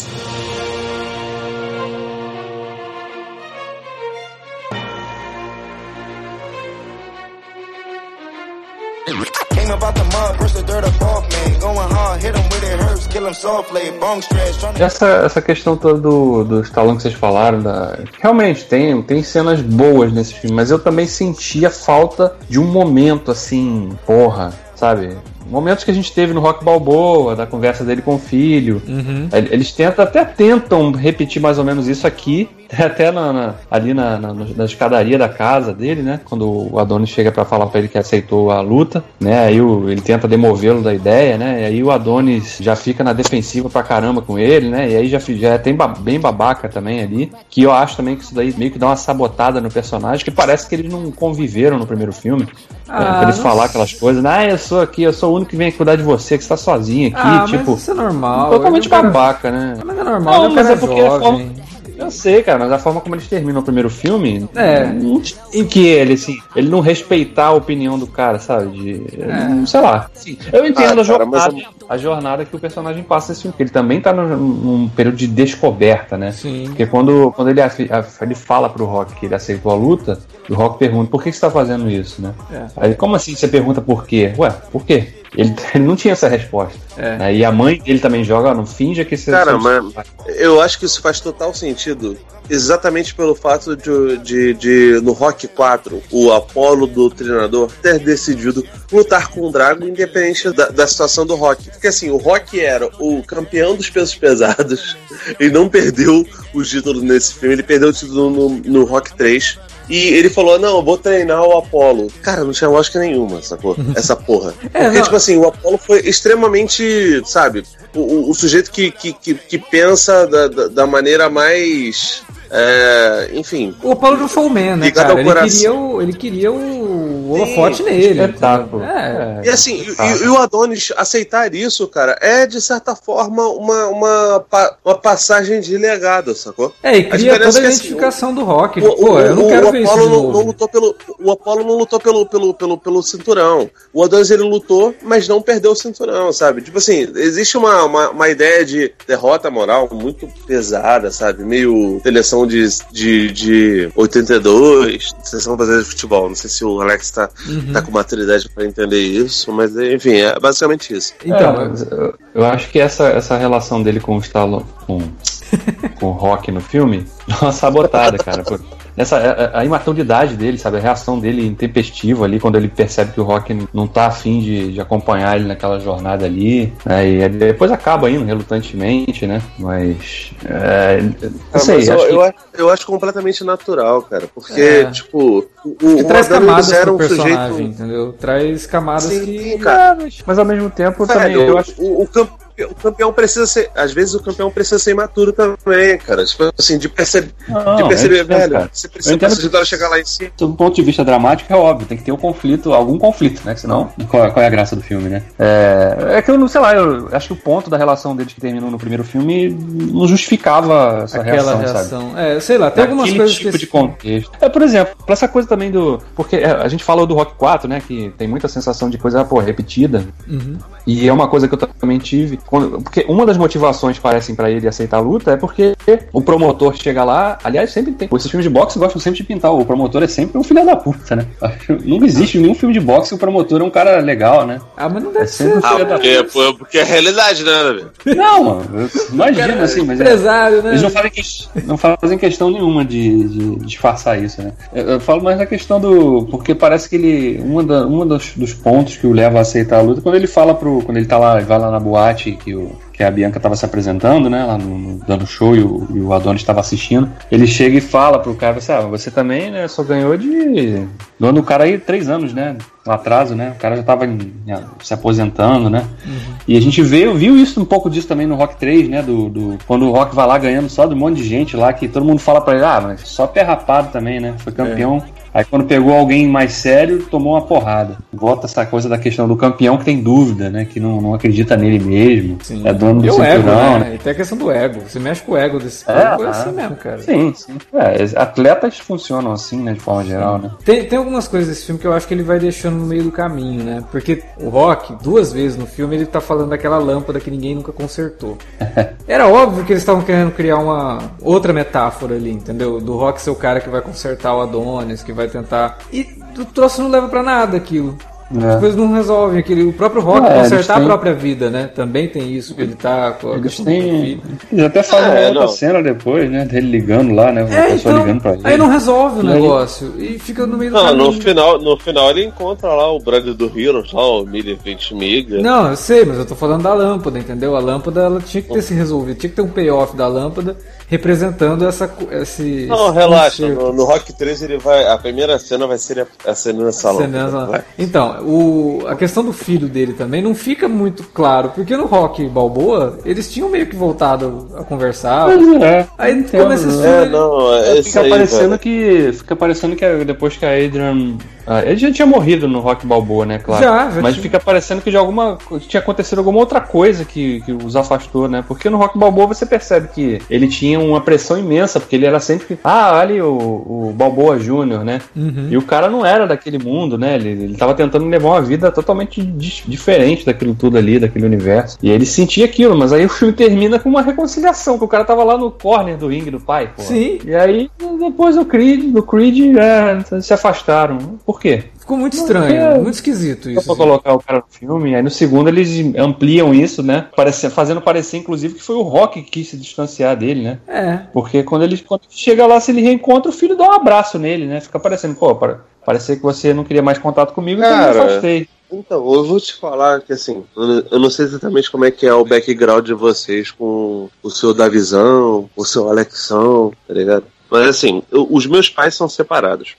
Essa, essa questão toda do, do Stallone que vocês falaram, da... realmente tem, tem cenas boas nesse filme, mas eu também sentia falta de um momento assim, porra, sabe? Momentos que a gente teve no Rock Balboa, da conversa dele com o filho. Uhum. Eles tentam, até tentam repetir mais ou menos isso aqui, até na, na, ali na, na, na escadaria da casa dele, né? Quando o Adonis chega pra falar pra ele que aceitou a luta, né? Aí o, ele tenta demovê-lo da ideia, né? E aí o Adonis já fica na defensiva pra caramba com ele, né? E aí já, já tem bem babaca também ali, que eu acho também que isso daí meio que dá uma sabotada no personagem, que parece que eles não conviveram no primeiro filme. Ah, pra ele falar aquelas coisas, né? Ah, eu sou aqui, eu sou o único que vem cuidar de você, que você tá sozinho aqui, ah, tipo... Mas isso é normal. Totalmente cara... babaca, né? Mas é normal, não, mas é porque jovem. a forma... Eu sei, cara, mas a forma como eles terminam o primeiro filme, é. em que ele, assim, ele não respeitar a opinião do cara, sabe? De, é. Sei lá. Assim, eu entendo ah, a jornada, cara, mas... a jornada que o personagem passa nesse filme, porque ele também tá num, num período de descoberta, né? Sim. Porque quando, quando ele, ele fala pro Rock que ele aceitou a luta, o Rock pergunta, por que você tá fazendo isso, né? É. Aí, como assim você pergunta por quê? Ué, por quê? Ele, ele não tinha essa resposta. É. Né? E a mãe dele também joga, não finge que você... Cara, mas eu acho que isso faz total sentido, exatamente pelo fato de, de, de no Rock quatro, o Apollo do treinador ter decidido lutar com o Drago independente da, da situação do Rock. Porque assim, o Rock era o campeão dos pesos pesados e não perdeu o título nesse filme, ele perdeu o título no, no Rock três. E ele falou, não, eu vou treinar o Apollo. Cara, não tinha lógica nenhuma, sacou? Essa porra. É, porque, não. tipo assim, o Apollo foi extremamente, sabe, o, o, o sujeito que, que, que, que pensa da, da, da maneira mais... É, enfim. O Apollo não foi o man, né, cara? Ele queria o, ele queria o holofote nele. É. E assim, e, e o Adonis aceitar isso, cara, é de certa forma uma, uma, uma passagem de legado, sacou? É, e cria toda a identificação assim, do Rock. O, Pô, o, eu não o, quero o ver Apollo isso não, não lutou pelo, o Apollo não lutou pelo, pelo, pelo, pelo cinturão. O Adonis, ele lutou, mas não perdeu o cinturão, sabe? Tipo assim, existe uma, uma, uma ideia de derrota moral muito pesada, sabe? Meio seleção de, de, de oitenta e dois, seleção brasileira de futebol. Não sei se o Alex tá, uhum. tá com maturidade pra entender isso, mas enfim, é basicamente isso. Então, é, eu, eu acho que essa, essa relação dele com o Stallone, com, com o Rock no filme, é uma sabotada, cara. Por, essa, a, a imaturidade dele, sabe? A reação dele intempestiva ali, quando ele percebe que o Rock não tá afim de, de acompanhar ele naquela jornada ali, né? E depois acaba indo relutantemente, né? Mas. É, não sei, ah, mas acho eu, que... eu, eu acho completamente natural, cara. Porque, é. tipo, o, o traz camadas era pro um personagem, sujeito. Entendeu? Traz camadas Sim, que. cara. Mas ao mesmo tempo Velho, também. Eu acho... o, o campo. O campeão precisa ser. Às vezes o campeão precisa ser imaturo também, cara. Tipo assim, de, percebe, não, de perceber, entendo, velho, cara. você precisa pra ajudar chegar lá em cima. Do ponto de vista dramático, é óbvio, tem que ter um conflito, algum conflito, né? Senão, qual, qual é a graça do filme, né? É, é que eu não sei lá, eu acho que o ponto da relação deles que terminou no primeiro filme não justificava essa Aquela reação, reação. sabe? É, sei lá, tem algumas Aquele coisas tipo que... de contexto. É, por exemplo, pra essa coisa também do. Porque a gente falou do Rock quatro, né? Que tem muita sensação de coisa, pô, repetida. Uhum. E é uma coisa que eu também tive. Quando, porque uma das motivações parecem pra ele aceitar a luta é porque o promotor chega lá. Aliás, sempre tem. Esses filmes de boxe gostam sempre de pintar. O promotor é sempre um filho da puta, né? Não existe nenhum filme de boxe que o promotor é um cara legal, né? Ah, mas não deve é ser. Ah, porque, porque é a realidade, né, Davi? Não, mano. Imagina assim, mas. Empresário, é, né? Eles não fazem, que, não fazem questão nenhuma de, de disfarçar isso, né? Eu, eu falo mais da questão do. Porque parece que ele. Uma, da, uma dos, dos pontos que o leva a aceitar a luta, quando ele fala pro. Quando ele tá lá, vai lá na boate que, que, o, que a Bianca tava se apresentando, né, lá no, no, dando show, e o, e o Adonis estava assistindo, ele chega e fala pro cara, assim, ah, você também, né, só ganhou de... Dono do cara aí três anos, né, no atraso, né, o cara já tava em, se aposentando, né, uhum. E a gente veio, viu isso, um pouco disso também no Rock três, né, do, do, quando o Rock vai lá ganhando só de um monte de gente lá, que todo mundo fala pra ele, ah, mas só pé rapado também, né, foi campeão... É. Aí quando pegou alguém mais sério, tomou uma porrada. Volta essa coisa da questão do campeão que tem dúvida, né? Que não, não acredita nele mesmo. Sim. É dono do e cinturão. Ego, né? né? E tem a questão do ego. Você mexe com o ego desse cara. É, é assim mesmo, cara. Sim, sim. É, atletas funcionam assim, né? De forma geral, né? Tem, tem algumas coisas desse filme que eu acho que ele vai deixando no meio do caminho, né? Porque o Rock, duas vezes no filme, ele tá falando daquela lâmpada que ninguém nunca consertou. Era óbvio que eles estavam querendo criar uma outra metáfora ali, entendeu? Do Rock ser o cara que vai consertar o Adonis, que vai tentar... E o troço não leva pra nada aquilo. É. As coisas não resolvem. Aquele, o próprio Rock é, consertar têm... a própria vida, né? Também tem isso, que ele tá com a eles têm... Eles até fazem é, uma outra cena depois, né? Dele ligando lá, né? Uma é, pessoa então, ligando pra ele. Aí não resolve o e negócio. Aí... E fica no meio do não, caminho. No final, no final ele encontra lá o brother do Heroes, lá, o mil e vinte Miga. Não, eu sei, mas eu tô falando da lâmpada, entendeu? A lâmpada, ela tinha que ter se resolvido. Tinha que ter um payoff da lâmpada representando essa, esse... Não, relaxa. No, no Rock três ele vai... A primeira cena vai ser a, a cena nessa lâmpada. Então, o, a questão do filho dele também não fica muito claro, porque no Rock Balboa, eles tinham meio que voltado a conversar. É, aí entendo, começa esse é, não, é fica aí, parecendo que Fica parecendo que depois que a Adrian... Ah, ele já tinha morrido no Rock Balboa, né, claro. Já, já Mas tinha. fica parecendo que de alguma tinha acontecido alguma outra coisa que, que os afastou, né? Porque no Rock Balboa você percebe que ele tinha uma pressão imensa, porque ele era sempre... Ah, ali o, o Balboa Júnior, né? Uhum. E o cara não era daquele mundo, né? Ele, ele tava tentando levar uma vida totalmente di- diferente daquilo tudo ali, daquele universo. E ele sentia aquilo, mas aí o filme termina com uma reconciliação, que o cara tava lá no corner do ringue do pai, pô. Sim. E aí, depois do Creed, do Creed, é, se afastaram. Por quê? Ficou muito estranho, é, muito esquisito isso. Pra colocar o cara no filme, aí no segundo eles ampliam isso, né? Parece, fazendo parecer, inclusive, que foi o Rock que quis se distanciar dele, né? É. Porque quando ele, quando ele chega lá, se ele reencontra, o filho dá um abraço nele, né? Fica parecendo, pô, para, parecia que você não queria mais contato comigo, então eu me afastei. Então, eu vou te falar que assim, eu não sei exatamente como é que é o background de vocês com o seu Davizão, o seu Alexão, tá ligado? Mas assim, eu, os meus pais são separados.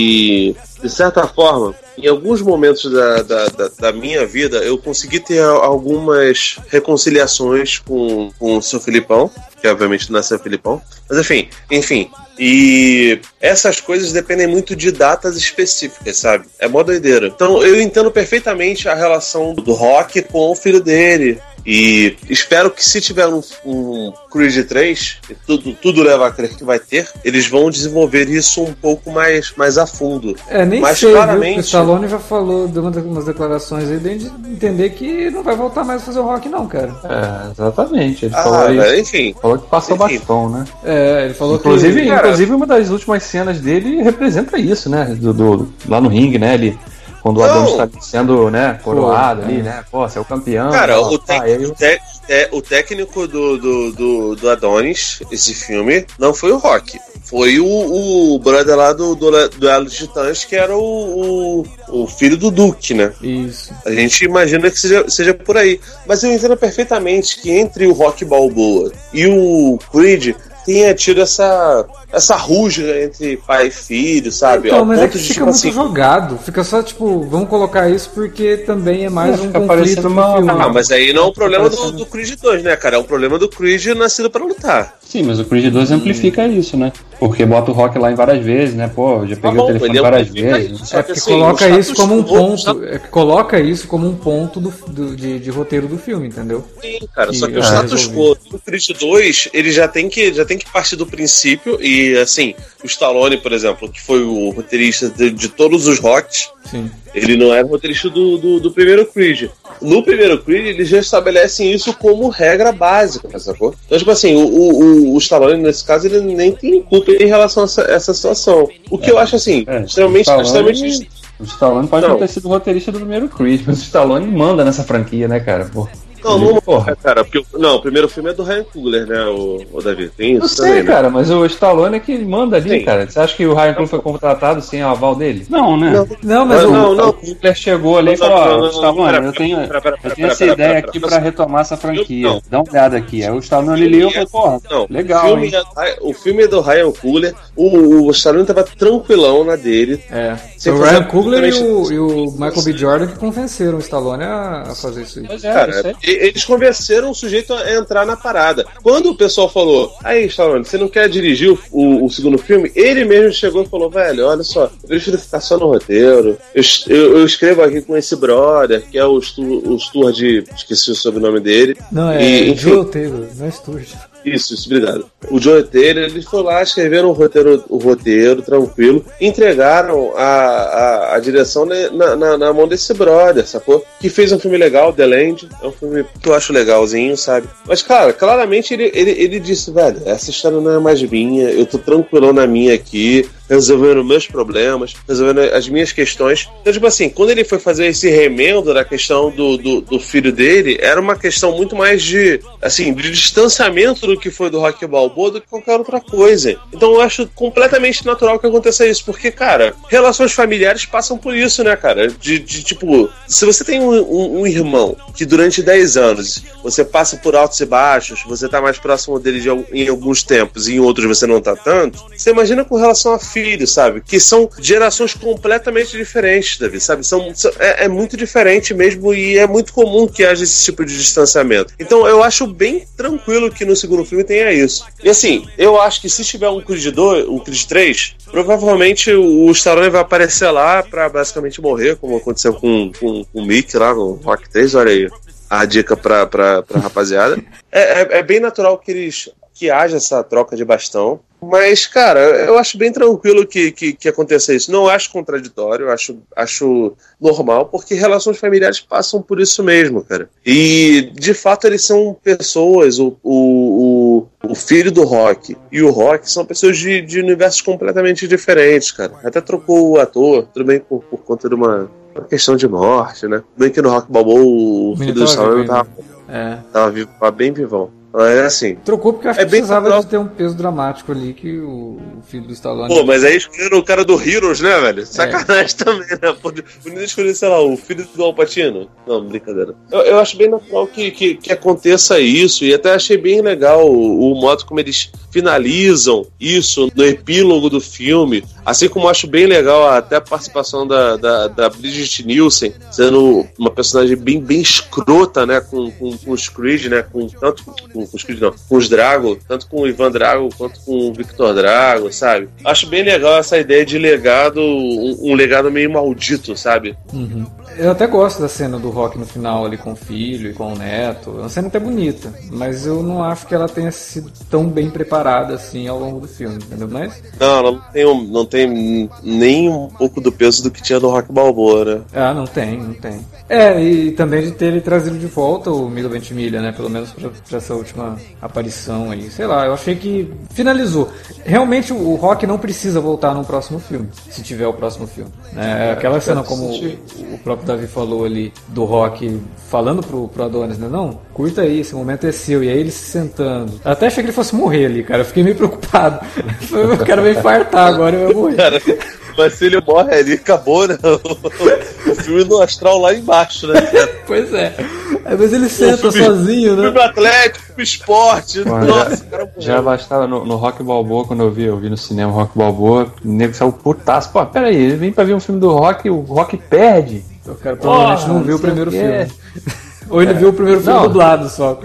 E, de certa forma, em alguns momentos da, da, da, da minha vida, eu consegui ter algumas reconciliações com, com o seu Filipão, que obviamente não é seu Filipão. Mas enfim, enfim. E essas coisas dependem muito de datas específicas, sabe? É mó doideira. Então eu entendo perfeitamente a relação do Rock com o filho dele. E espero que se tiver um, um Creed três, e tudo, tudo leva a crer que vai ter, eles vão desenvolver isso um pouco mais, mais a fundo. É, nem Mas sei, claramente... viu? O Stallone já falou, deu umas declarações aí, de entender que não vai voltar mais a fazer o Rock não, cara. É, exatamente. Ele ah, falou, aí, é, enfim. falou que passou enfim. bastão, né? É, ele falou inclusive, que... Inclusive, uma das últimas cenas dele representa isso, né? Do, do, lá no ringue, né? Ele... Quando o Adonis está sendo, né, coroado Pô, ali, é. né? Pô, você é o campeão. Cara, ó, o, tá, tec- eu... te- te- o técnico do, do, do, do Adonis, esse filme, não foi o Rock. Foi o, o brother lá do, do Duelo de Titãs, que era o, o, o filho do Duke, né? Isso. A gente imagina que seja, seja por aí. Mas eu entendo perfeitamente que entre o Rock Balboa e o Creed tenha tido essa, essa rusga entre pai e filho, sabe? Então, Ao mas ponto é que de, fica tipo muito assim, jogado. Fica só, tipo, vamos colocar isso porque também é mais É, um fica conflito parecendo do uma- filme. Ah, mas aí não é um problema do, parecendo- do Creed dois, né, cara? É um problema do Creed nascido pra lutar. Sim, mas o Creed dois amplifica isso, né? Porque bota o Rock lá em várias vezes, né? Pô, já peguei bom, o telefone ele várias amplifica vezes. isso. É Só que porque assim, coloca o isso status como um quo- ponto. É que coloca isso como um ponto do, do- de, de roteiro do filme, entendeu? Sim, cara, só Que que o é status resolvido. quo do Creed dois, ele já tem, que, já tem que partir do princípio, e assim, o Stallone, por exemplo, que foi o roteirista de, de todos os Rocks, Sim. ele não era roteirista do, do, do primeiro Creed. No primeiro Creed, eles já estabelecem isso como regra básica, sacou? Então, tipo assim, o, o, o Stallone, nesse caso, ele nem tem culpa em relação a essa, essa situação. O que É. eu acho, assim, É, extremamente... o Stallone- extremamente O Stallone pode Não. não ter sido roteirista do primeiro Creed, mas o Stallone manda nessa franquia, né, cara? Pô. Não, não, porra, cara, porque não, o primeiro filme é do Ryan Coogler, né, o, o Davi? Tem isso eu sei, também, cara, né? mas o Stallone é que manda ali, Sim. cara. Você acha que o Ryan Coogler foi contratado sem a aval dele? Não, né? Não, Não, mas não, o, não, não. O Coogler chegou ali e Não, falou, não, ó, não, não, Stallone, pera, eu tenho, pera, pera, eu pera, tenho essa pera, ideia pera, aqui pera. pra retomar essa franquia. Não. Dá uma olhada aqui. Aí o Stallone ele leu e falou, porra, Não, legal, o filme, hein? é, o filme é do Ryan Coogler, o, o Stallone tava tranquilão na dele. é, Sem o fazer Ryan Coogler e absolutamente- o, e o Michael B. Jordan que convenceram o Stallone a, a fazer isso aí. Pois é, Cara, isso aí. e- eles convenceram o sujeito a entrar na parada. Quando o pessoal falou, aí, Stallone, você não quer dirigir o, o- o segundo filme? Ele mesmo chegou e falou, velho, olha só, eu prefiro ficar só no roteiro. Eu, eu, eu escrevo aqui com esse brother, que é o, Stu, o Stuart, esqueci o sobrenome dele. Não, é E, enfim, Joel Taylor, não é Sturge. Isso, isso, obrigado. O Joe Taylor, eles foram lá, escreveram o roteiro, o roteiro tranquilo, entregaram a, a, a direção na, na, na mão desse brother, sacou? Que fez um filme legal, The Land, é um filme que eu acho legalzinho, sabe? Mas, cara, claramente ele, ele, ele disse, velho, essa história não é mais minha, eu tô tranquilão na minha aqui, resolvendo meus problemas, resolvendo as minhas questões. Então, tipo assim, quando ele foi fazer esse remendo da questão do, do, do filho dele, era uma questão muito mais de, assim, de distanciamento do que foi do Rocky Balboa do que qualquer outra coisa. Então eu acho completamente natural que aconteça isso, porque, cara, relações familiares passam por isso, né, cara? De, de tipo, se você tem um, um, um irmão que durante dez anos você passa por altos e baixos, você tá mais próximo dele de, em alguns tempos e em outros você não tá tanto, você imagina com relação a filho, sabe? Que são gerações completamente diferentes, Davi, sabe? São, são, é, é muito diferente mesmo e é muito comum que haja esse tipo de distanciamento. Então eu acho bem tranquilo que no segundo filme tenha isso. E assim, eu acho que se tiver um Creed dois, um Creed três, provavelmente o Stallone vai aparecer lá pra basicamente morrer, como aconteceu com, com, com o Mick lá no Rock três, olha aí a dica pra, pra, pra rapaziada. É, é, é bem natural que eles que haja essa troca de bastão. Mas, cara, eu acho bem tranquilo que, que, que aconteça isso. Não acho contraditório, eu acho, acho normal, porque relações familiares passam por isso mesmo, cara. E, de fato, eles são pessoas, o, o, o, o filho do Rock e o Rock são pessoas de, de universos completamente diferentes, cara. Até trocou o ator, tudo bem por, por conta de uma, uma questão de morte, né? Bem que no Rock Balboa o filho do Stallone tava, É. tava, vivo, tava bem vivão. É assim. Trocou porque eu acho É que bem precisava natural. de ter um peso dramático ali que o, o filho do Stallone... Pô, mas aí escolheram o cara do Heroes, né, velho? Sacanagem é. também, né? Podia escolher, sei lá, o filho do Al Pacino. Não, brincadeira. Eu, eu acho bem natural que, que, que aconteça isso, e até achei bem legal o, o modo como eles finalizam isso no epílogo do filme. Assim como acho bem legal até a participação da, da, da Bridget Nielsen, sendo uma personagem bem, bem escrota, né, com, com, com os Creed, né, com tanto com, com os Creed não, com os Drago, tanto com o Ivan Drago quanto com o Victor Drago, sabe? Acho bem legal essa ideia de legado, um, um legado meio maldito, sabe? Uhum. Eu até gosto da cena do Rock no final ali com o filho e com o neto. É uma cena até bonita, mas eu não acho que ela tenha sido tão bem preparada assim ao longo do filme, entendeu? Mas... Não, não tem, um, não tem nem um pouco do peso do que tinha no Rock Balboa, né? Ah, não tem, não tem. É, e também de ter ele trazido de volta o Milo Ventimiglia, né? Pelo menos pra, pra essa última aparição aí. Sei lá, eu achei que finalizou. Realmente o Rock não precisa voltar no próximo filme, se tiver o próximo filme. É, aquela cena como o próprio Davi falou ali, do Rock falando pro, pro Adonis, né? Não, curta aí, esse momento é seu. E aí ele se sentando. Eu até achei que ele fosse morrer ali, cara. Eu fiquei meio preocupado. O cara vai infartar agora e vai morrer. Cara, mas se ele morre ali, acabou, né? O filme no astral lá embaixo, né? Pois é. Às vezes ele senta filme, sozinho, né? Filme atlético, filme esporte. Pô, nossa, já, cara, já bastava no, no Rock Balboa, quando eu vi, eu vi no cinema Rock Balboa, o nego saiu putaço. Pô, peraí, ele vem pra ver um filme do Rock, o Rock perde. O cara provavelmente Porra, não viu o não sei primeiro o quê. filme. Ou ele viu o primeiro filme Não. dublado só.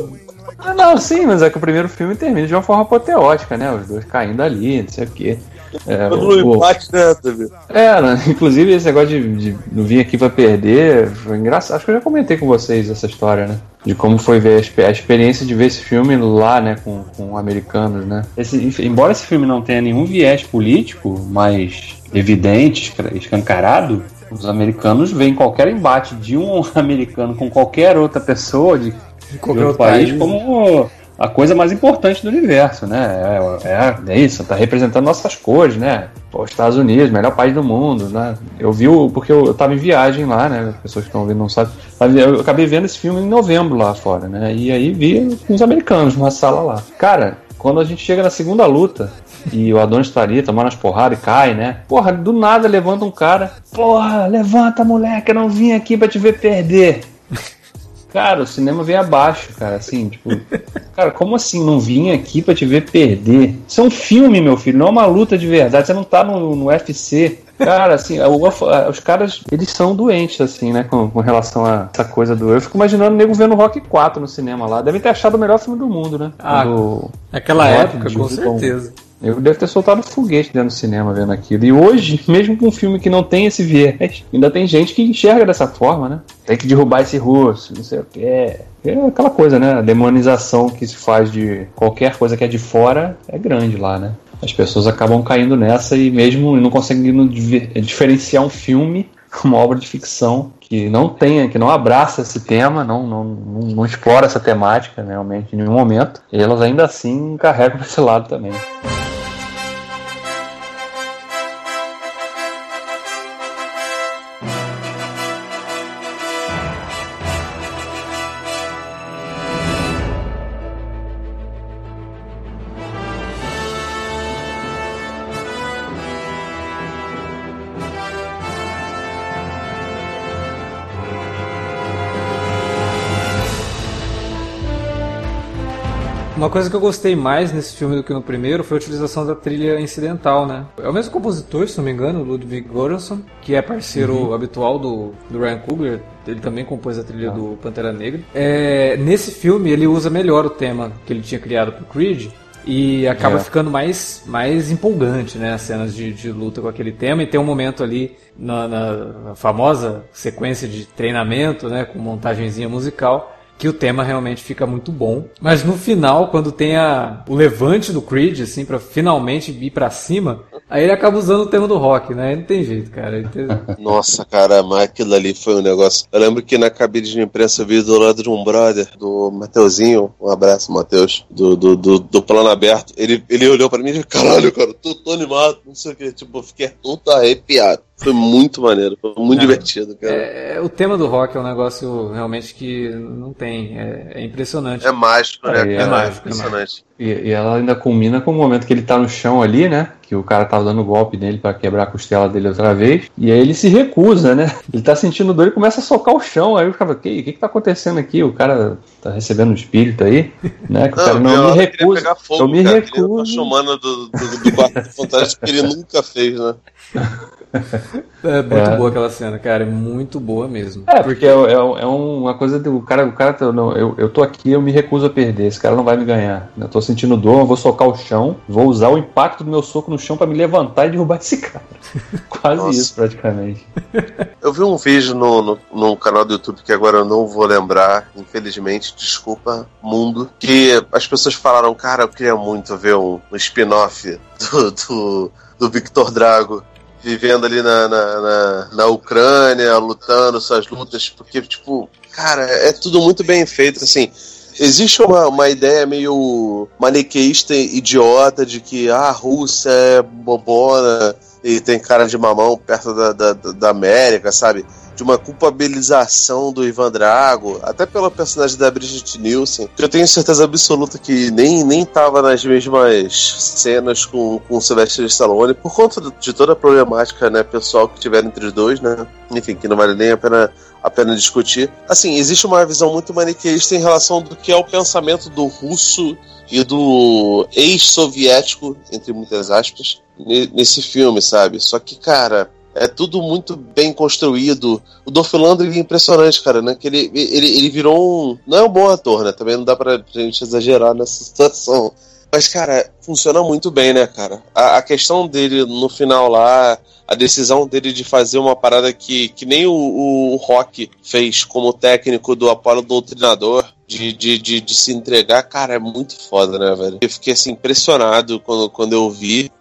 Ah, não, sim, mas é que o primeiro filme termina de uma forma apoteótica, né? Os dois caindo ali, não sei o quê. É, Quando o- o o- empate, né, Davi? é, né? Inclusive esse negócio de, de não vir aqui pra perder foi engraçado. Acho que eu já comentei com vocês essa história, né? De como foi ver a, expe- a experiência de ver esse filme lá, né? Com, com americanos, né? Esse, embora esse filme não tenha nenhum viés político mais evidente, esca- escancarado, os americanos veem qualquer embate de um americano com qualquer outra pessoa de, de qualquer outro outro país país. como a coisa mais importante do universo, né? É, é, é isso, tá representando nossas cores, né? Pô, Estados Unidos, melhor país do mundo, né? Eu vi o... Porque eu, eu tava em viagem lá, né? As pessoas que estão vendo não sabem. Eu acabei vendo esse filme em novembro lá fora, né? E aí vi com os americanos numa sala lá. Cara, quando a gente chega na segunda luta e o Adonis tá ali tomando as porradas e cai, né? Porra, do nada levanta um cara. Porra, levanta, moleque, eu não vim aqui pra te ver perder. Cara, o cinema veio abaixo, cara, assim, tipo... Cara, como assim, não vim aqui pra te ver perder? Isso é um filme, meu filho, não é uma luta de verdade, você não tá no, no U F C. Cara, assim, os caras, eles são doentes, assim, né, com, com relação a essa coisa do... Eu fico imaginando o nego vendo Rock quatro no cinema lá, devem ter achado o melhor filme do mundo, né? Ah, Quando, naquela época, com certeza. Eu devo ter soltado foguete dentro do cinema vendo aquilo. E hoje, mesmo com um filme que não tem esse viés, ainda tem gente que enxerga dessa forma, né? Tem que derrubar esse russo, não sei o que. É, é aquela coisa, né? A demonização que se faz de qualquer coisa que é de fora é grande lá, né? As pessoas acabam caindo nessa e mesmo não conseguindo diferenciar um filme, uma obra de ficção que não tenha, que não abraça esse tema, não, não, não, não explora essa temática, né, realmente, em nenhum momento, e elas ainda assim carregam para esse lado também. Uma coisa que eu gostei mais nesse filme do que no primeiro foi a utilização da trilha incidental, né? É o mesmo compositor, se não me engano, Ludwig Göransson, que é parceiro uhum. habitual do, do Ryan Coogler. Ele também compôs a trilha ah. do Pantera Negra. É, nesse filme ele usa melhor o tema que ele tinha criado pro Creed e acaba é. ficando mais, mais empolgante, né? As cenas de, de luta com aquele tema, e tem um momento ali na, na famosa sequência de treinamento, né? Com montagenzinha musical, que o tema realmente fica muito bom. Mas no final, quando tem a, o levante do Creed, assim, pra finalmente ir pra cima, aí ele acaba usando o tema do rock, né? Aí não tem jeito, cara. Tem... Nossa, cara, mas aquilo ali foi um negócio... Eu lembro que na cabine de imprensa eu vi do lado de um brother, do Mateuzinho, um abraço, Mateus, do, do, do, do Plano Aberto. Ele, ele olhou pra mim e disse, caralho, cara, tô, tô animado, não sei o que. Tipo, eu fiquei todo arrepiado. Foi muito maneiro, foi muito é, divertido, cara. É, o tema do rock é um negócio realmente que não tem, é, é impressionante. É mágico, né? É, é, é mágico, é impressionante. E, e ela ainda culmina com o momento que ele tá no chão ali, né? Que o cara tava dando golpe nele pra quebrar a costela dele outra vez. E aí ele se recusa, né? Ele tá sentindo dor e começa a socar o chão. Aí o cara fala, o que, que que tá acontecendo aqui? O cara tá recebendo um espírito aí, né? Que o cara não, não me recusa. Fogo, eu me cara, recuso. Ele tá do, do, do quarto fantástico que ele nunca fez, né? É muito é. boa aquela cena, cara, é muito boa mesmo. É, porque é, é, é uma coisa do cara, o cara não, eu, eu tô aqui, eu me recuso a perder, esse cara não vai me ganhar. Eu tô sentindo dor, eu vou socar o chão, vou usar o impacto do meu soco no chão pra me levantar e derrubar esse cara. Quase Nossa. Isso, praticamente. Eu vi um vídeo no, no, no canal do YouTube que agora eu não vou lembrar, infelizmente, desculpa, mundo, que as pessoas falaram, cara, eu queria muito ver um, um spin-off do, do, do Victor Drago vivendo ali na, na, na, na Ucrânia, lutando suas lutas, porque, tipo, cara, é tudo muito bem feito, assim. Existe uma, uma ideia meio maniqueísta idiota de que ah, a Rússia é bobona e tem cara de mamão perto da, da, da América, sabe? De uma culpabilização do Ivan Drago, até pelo personagem da Brigitte Nielsen, que eu tenho certeza absoluta que nem, nem tava nas mesmas cenas com, com o Sylvester Stallone, por conta de toda a problemática, né, pessoal que tiveram entre os dois, né? Enfim, que não vale nem a pena, a pena discutir. Assim, existe uma visão muito maniqueísta em relação do que é o pensamento do russo e do ex-soviético, entre muitas aspas, nesse filme, sabe? Só que, cara, é tudo muito bem construído. O Dolph Lundgren é impressionante, cara, né? Que ele, ele, ele virou um... Não é um bom ator, né? Também não dá pra gente exagerar nessa situação. Mas, cara, funciona muito bem, né, cara? A, a questão dele no final lá, a decisão dele de fazer uma parada que, que nem o, o Rock fez como técnico do Apollo Doutrinador, de, de, de, de se entregar, cara, é muito foda, né, velho? Eu fiquei, assim, impressionado quando, quando eu vi.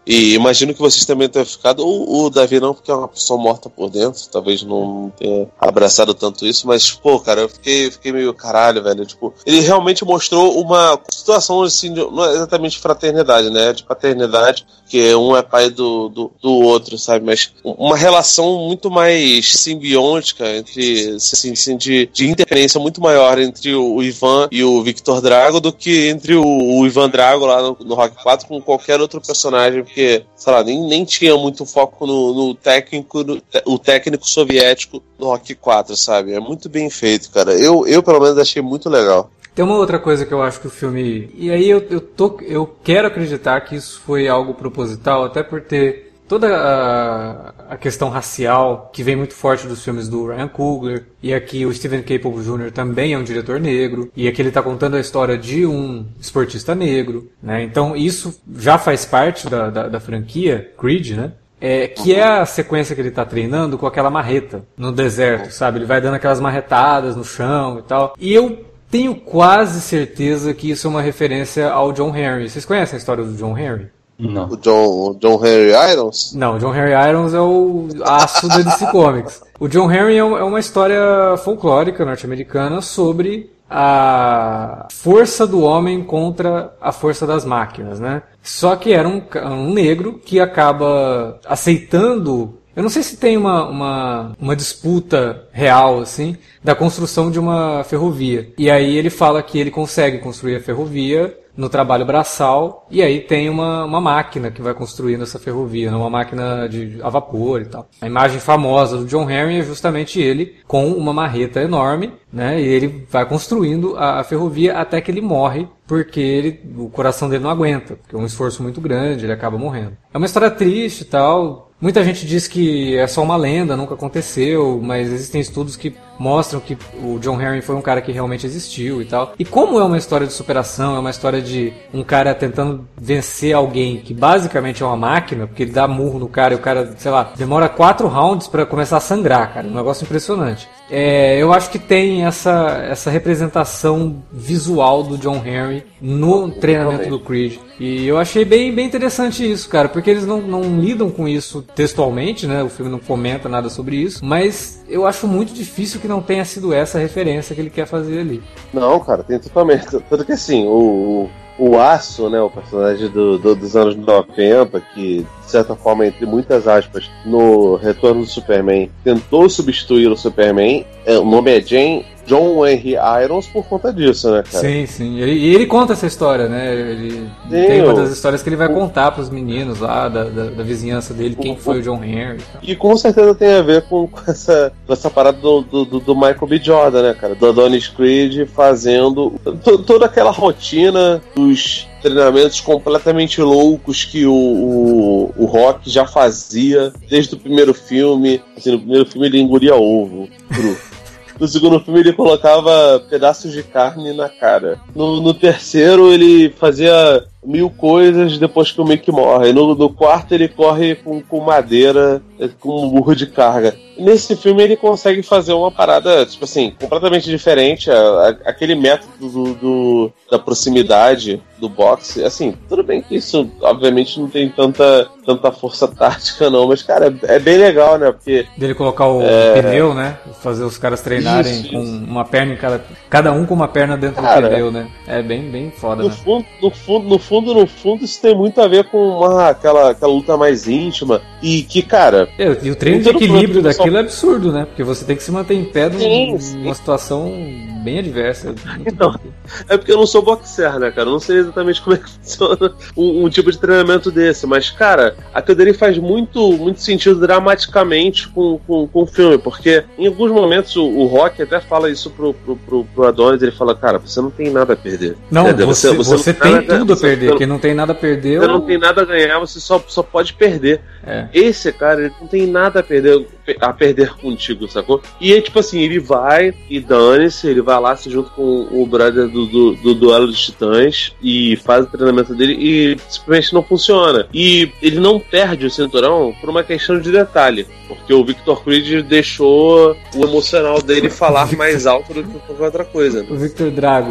E imagino que vocês também tenham ficado, o, o Davi não, porque é uma pessoa morta por dentro, talvez não tenha abraçado tanto isso, mas, pô, cara, eu fiquei, fiquei meio caralho, velho, tipo, ele realmente mostrou uma situação, assim, de, não é exatamente fraternidade, né, de paternidade, que um é pai do, do, do outro, sabe, mas uma relação muito mais simbiótica entre, assim, assim de, de interferência muito maior entre o, o Ivan e o Victor Drago do que entre o, o Ivan Drago lá no, no Rock quatro com qualquer outro personagem, porque, sei lá, nem, nem tinha muito foco no, no técnico, no, o técnico soviético do Rock quatro, sabe? É muito bem feito, cara. Eu, eu pelo menos, achei muito legal. Tem uma outra coisa que eu acho que o filme... E aí eu, eu, tô, eu quero acreditar que isso foi algo proposital, até por ter toda a, a questão racial que vem muito forte dos filmes do Ryan Coogler, e aqui o Steven Caple Júnior também é um diretor negro, e aqui ele está contando a história de um esportista negro, né? Então isso já faz parte da, da, da franquia Creed, né? É, que é a sequência que ele tá treinando com aquela marreta no deserto, sabe? Ele vai dando aquelas marretadas no chão e tal. E eu tenho quase certeza que isso é uma referência ao John Henry. Vocês conhecem a história do John Henry? Não. O John, o John Henry Irons? Não, o John Henry Irons é o aço da D C Comics. O John Henry é uma história folclórica norte-americana sobre a força do homem contra a força das máquinas, né? Só que era um, um negro que acaba aceitando... Eu não sei se tem uma, uma, uma disputa real, assim, da construção de uma ferrovia. E aí ele fala que ele consegue construir a ferrovia no trabalho braçal, e aí tem uma, uma máquina que vai construindo essa ferrovia, uma máquina de a vapor e tal. A imagem famosa do John Henry é justamente ele com uma marreta enorme, né? E ele vai construindo a, a ferrovia até que ele morre, porque ele, o coração dele não aguenta, porque é um esforço muito grande, ele acaba morrendo. É uma história triste e tal. Muita gente diz que é só uma lenda, nunca aconteceu, mas existem estudos que mostram que o John Henry foi um cara que realmente existiu e tal. E como é uma história de superação, é uma história de um cara tentando vencer alguém que basicamente é uma máquina, porque ele dá murro no cara e o cara, sei lá, demora quatro rounds pra começar a sangrar, cara. Um negócio impressionante. É, eu acho que tem essa, essa representação visual do John Henry no treinamento do Creed. E eu achei bem, bem interessante isso, cara, porque eles não, não lidam com isso textualmente, né? O filme não comenta nada sobre isso, mas eu acho muito difícil que não tenha sido essa a referência que ele quer fazer ali. Não, cara, tem totalmente. Tanto que assim, o, o, o Aço, né, o personagem do, do, dos anos noventa, que de certa forma, entre muitas aspas, no Retorno do Superman, tentou substituir o Superman. É, o nome é Jane, John Henry Irons por conta disso, né, cara? Sim, sim. E ele, ele conta essa história, né? Ele sim, tem uma das histórias que ele vai o, contar pros meninos lá da, da, da vizinhança dele, quem o, foi o John Henry. E, tal. E com certeza tem a ver com, com, essa, com essa parada do, do, do Michael B. Jordan, né, cara? Do Adonis Creed fazendo to, toda aquela rotina dos treinamentos completamente loucos que o, o, o Rock já fazia desde o primeiro filme. Assim, no primeiro filme ele engolia ovo cru. No segundo filme ele colocava pedaços de carne na cara. No, no terceiro ele fazia mil coisas depois que o Mickey morre. No, no quarto ele corre com, com madeira, com um burro de carga. Nesse filme ele consegue fazer uma parada, tipo assim, completamente diferente. A, a, aquele método do, do, da proximidade do boxe, assim, tudo bem que isso obviamente não tem tanta, tanta força tática não, mas cara, é, é bem legal, né? Porque dele colocar o é... pneu, né? Fazer os caras treinarem isso, com isso. uma perna em cada... Cada um com uma perna dentro cara, do pneu, né? É bem, bem foda, no né? Fundo, no fundo, no fundo, no fundo, isso tem muito a ver com uma, aquela, aquela luta mais íntima e que, cara... É, e o treino de equilíbrio daquilo é absurdo, né? Porque você tem que se manter em pé numa situação bem adversa. Então, é porque eu não sou boxer, né, cara? Eu não sei exatamente como é que funciona um, um tipo de treinamento desse, mas, cara, aquilo dele faz muito, muito sentido dramaticamente com, com, com o filme, porque em alguns momentos o, o Rock até fala isso pro, pro, pro, pro Adonis, ele fala, cara, você não tem nada a perder. Não, você, você, você, você não tem, tem tudo a perder, quem não tem nada a perder... Você não tem nada a ganhar, você só, só pode perder. É. Esse cara, ele não tem nada a perder, a perder contigo, sacou? E aí, tipo assim, ele vai e dane-se, ele vai lá se junto com o brother do, do, do Duelo dos Titãs e faz o treinamento dele e simplesmente não funciona. E ele não perde o cinturão por uma questão de detalhe, porque o Victor Creed deixou o emocional dele falar mais alto do que qualquer outra coisa. Né? O Victor Drago.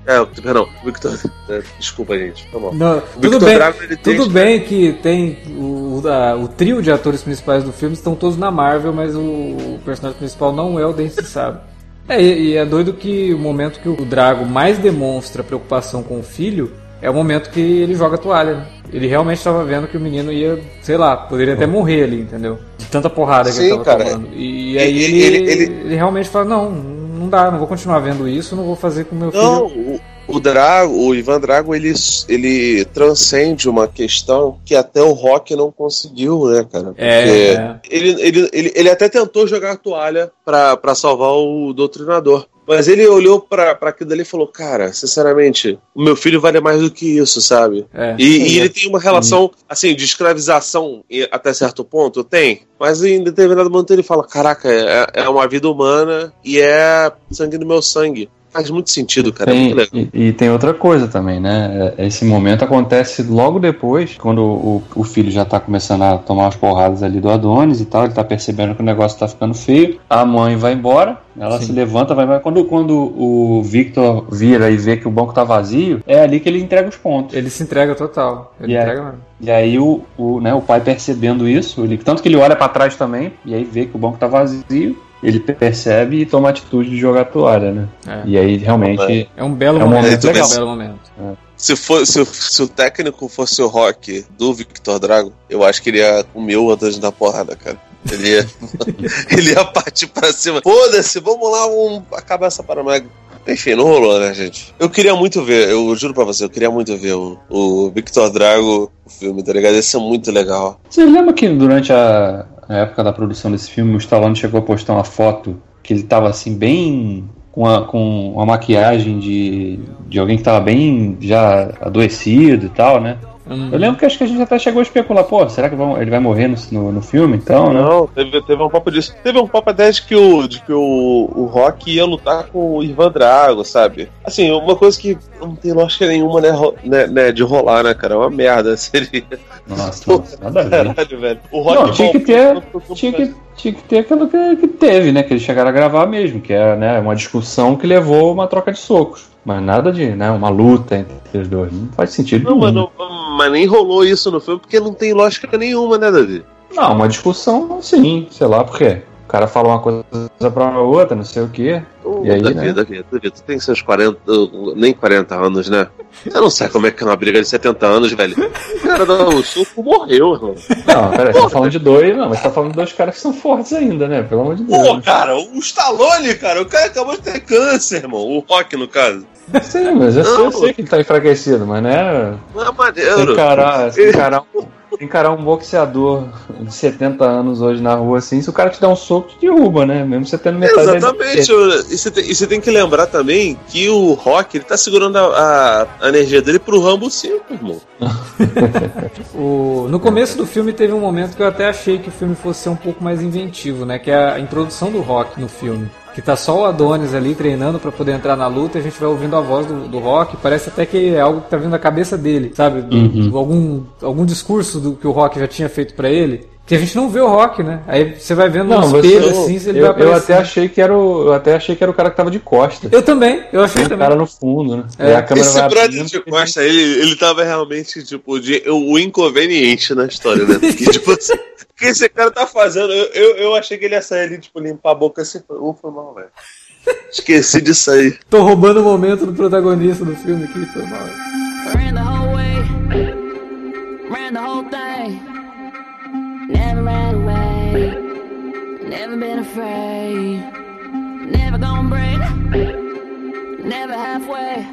É, perdão, o Victor. É, desculpa, gente. Tá bom. Não, o tudo Victor bem, Drago, ele tem. tudo bem que tem o, a, o trio de atores principais do filme estão todos na Marvel, mas o, o personagem principal não é o Dance Sabe. É, e, e é doido que o momento que o Drago mais demonstra preocupação com o filho é o momento que ele joga a toalha, né? Ele realmente estava vendo que o menino ia, sei lá, poderia até morrer ali, entendeu? De tanta porrada que Sim, ele estava cara. tomando. E aí ele, ele, ele, ele... ele realmente fala, não, não dá, não vou continuar vendo isso, não vou fazer com o meu Não, filho. o, o Drago, o Ivan Drago, ele, ele transcende uma questão que até o Rock não conseguiu, né, cara? Porque É, é. Ele, ele, ele, ele até tentou jogar a toalha pra, pra salvar o Doutrinador. Mas ele olhou pra, pra aquilo dali e falou, cara, sinceramente, o meu filho vale mais do que isso, sabe? É. E, e ele tem uma relação, assim, de escravização e até certo ponto, tem. Mas em determinado momento ele fala, caraca, é, é uma vida humana e é sangue no meu sangue. Faz muito sentido, cara. Tem, é muito legal. E, e tem outra coisa também, né? Esse momento acontece logo depois, quando o, o filho já tá começando a tomar as porradas ali do Adonis e tal, ele tá percebendo que o negócio tá ficando feio. A mãe vai embora, ela Sim. se levanta, vai embora. Quando, quando o Victor vira e vê que o banco tá vazio, é ali que ele entrega os pontos. Ele se entrega total. Ele E aí- entrega mesmo. E aí o, o, né, o pai percebendo isso, ele, tanto que ele olha pra trás também, e aí vê que o banco tá vazio, ele percebe e toma a atitude de jogar a toalha, né? É. E aí realmente... É um belo É um momento. momento legal. legal. Um belo momento. Se, for, se, o- se o técnico fosse o Rock do Victor Drago, eu acho que ele ia comer o Adonis na porrada, cara. Ele ia, ele ia partir pra cima. Foda-se, vamos lá, vamos acabar essa parada. Enfim, não rolou, né, gente? Eu queria muito ver, eu juro pra você, eu queria muito ver o, o Victor Drago, o filme, tá ligado? Ia ser muito legal. Você lembra que durante a, a época da produção desse filme, o Stallone chegou a postar uma foto que ele tava assim, bem... Com, a, com uma maquiagem de, de alguém que tava bem já adoecido e tal, né? Hum. Eu lembro que acho que a gente até chegou a especular, pô, será que vão- ele vai morrer no, no, no filme então, né? Não, teve, teve um papo disso. Teve um papo até de que o, de que o, o Rock ia lutar com o Ivan Drago, sabe? Assim, uma coisa que não tem lógica nenhuma, né, ro- né, né, de rolar, né, cara? É uma merda, seria. Nossa, nossa, nada a ver. Caralho, velho. O Rock Não, tinha que ter, voltou- tinha que, tinha que ter aquilo que, que teve, né? Que eles chegaram a gravar mesmo, que é, né, uma discussão que levou a uma troca de socos. Mas nada de, né, uma luta entre os dois. Não faz sentido Não, nenhum. mas, não, mas nem rolou isso no filme porque não tem lógica nenhuma, né, Davi? Não, uma discussão, sim, sei lá por quê. O cara fala uma coisa pra outra, não sei o quê. Ô, E aí, Davi, né? Davi, Davi, tu tem seus quarenta, nem quarenta anos, né? Você não sabe como é que é uma briga de setenta anos, velho. O cara dá um soco, morreu, irmão. Não, peraí, você tá falando de dois, não, mas você tá falando de dois caras que são fortes ainda, né? Pelo amor de Deus. Pô, cara, o Stallone, cara, o cara acabou de ter câncer, irmão. O Rock, no caso. Sim, mas eu, sei- eu sei que ele tá enfraquecido, mas né. Não é maneiro. Encarar, encarar, um, encarar um boxeador de setenta anos hoje na rua assim, se o cara te der um soco, te derruba, né? Mesmo você tendo metade da Exatamente. E você tem, e você tem que lembrar também que o Rock, ele tá segurando a, a- a energia dele pro Rambo cinco, irmão. O, no começo do filme teve um momento que eu até achei que o filme fosse ser um pouco mais inventivo, né? Que é a introdução do Rock no filme. Que tá só o Adonis ali treinando pra poder entrar na luta e a gente vai ouvindo a voz do, do Rock. Parece até que é algo que tá vindo da cabeça dele, sabe? Do- Uhum. do- algum, algum discurso do que o Rock já tinha feito pra ele. Que a gente não vê o Rock, né? Aí você vai vendo Não, no você- espelho assim, se ele Eu, vai eu aparecer. até achei que era o. Eu até achei que era o cara que tava de costas. Eu também, eu achei Tem um também. cara no fundo, né? É. E a câmera Esse vai brother abrindo, de Costa, ele, ele tava realmente, tipo, de, o inconveniente na história, né? Porque, tipo, assim, o que esse cara tá fazendo? Eu, eu, eu achei que ele ia sair ali, tipo, limpar a boca assim. Ou foi mal, velho. Esqueci disso aí. Tô roubando o momento do protagonista do filme aqui, foi mal. Ran the whole way, ran the whole thing. Never ran away, never been afraid. Never gonna break, never halfway.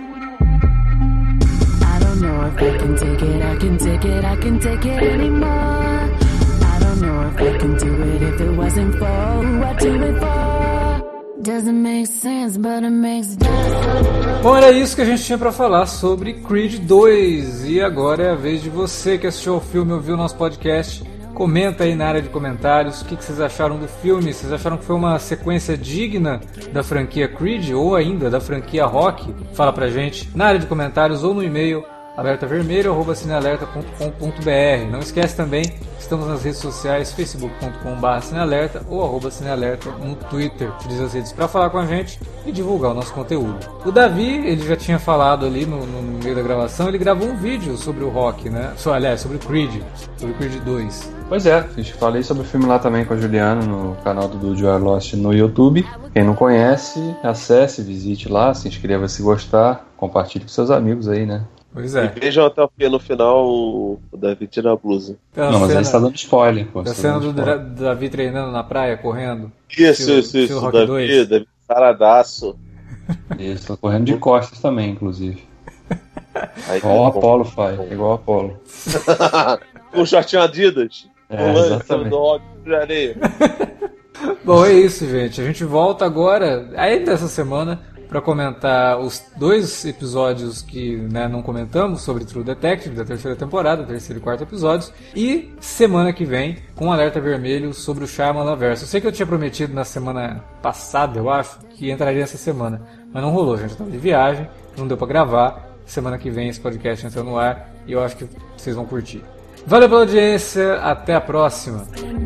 I don't know if I can take it, I can take it, I can take it anymore. I don't know if I can do it if it wasn't for who I do it for. Doesn't make sense, but it makes sense. Bom, era isso que a gente tinha pra falar sobre Creed dois. E agora é a vez de você que assistiu ao filme, ouviu o nosso podcast. Comenta aí na área de comentários o que, que vocês acharam do filme. Vocês acharam que foi uma sequência digna da franquia Creed ou ainda da franquia Rock? Fala pra gente na área de comentários ou no e-mail alerta vermelho arroba cinealerta ponto com ponto b r. Não esquece também, estamos nas redes sociais facebook ponto com barra cinealerta ou arroba cinealerta no Twitter. Utilize as redes para falar com a gente e divulgar o nosso conteúdo. O Davi, ele já tinha falado ali no, no meio da gravação, ele gravou um vídeo sobre o Rock, né? So, aliás, sobre o Creed, sobre o Creed dois. Pois é, falei sobre o filme lá também com a Juliana no canal do Dude You Are Lost no YouTube. Quem não conhece, acesse, visite lá, se inscreva se gostar, compartilhe com seus amigos aí, né? Pois é. E vejam até o fim, no final o Davi tira a blusa. Então, não, mas cena, aí você tá dando spoiler. Pô, da cena do Dra- Davi treinando na praia, correndo. Isso, Estilo- isso, isso. estilo Rock Davi, dois. Davi saradaço. Isso, tô correndo de costas também, inclusive. Aí, Igual o bom. Apollo faz, igual o Apollo. Com o shortinho Adidas. É, O lance exatamente. do Rock de areia. Bom, é isso, gente. A gente volta agora, ainda essa semana, para comentar os dois episódios que, né, não comentamos sobre True Detective, da terceira temporada, terceiro e quarto episódios. E semana que vem, com um alerta vermelho sobre o Shyamalanverse. Eu sei que eu tinha prometido na semana passada, eu acho, que entraria essa semana. Mas não rolou, gente. Eu tava de viagem, não deu para gravar. Semana que vem esse podcast entra no ar e eu acho que vocês vão curtir. Valeu pela audiência, até a próxima.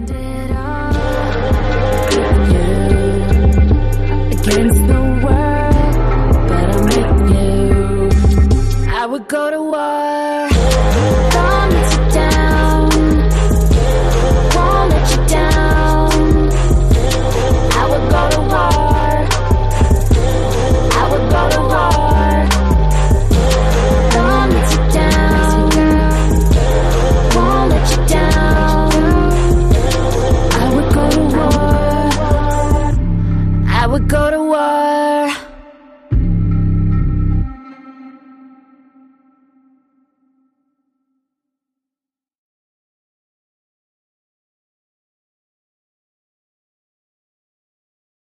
Against the world, but I'm with you. I would go to war.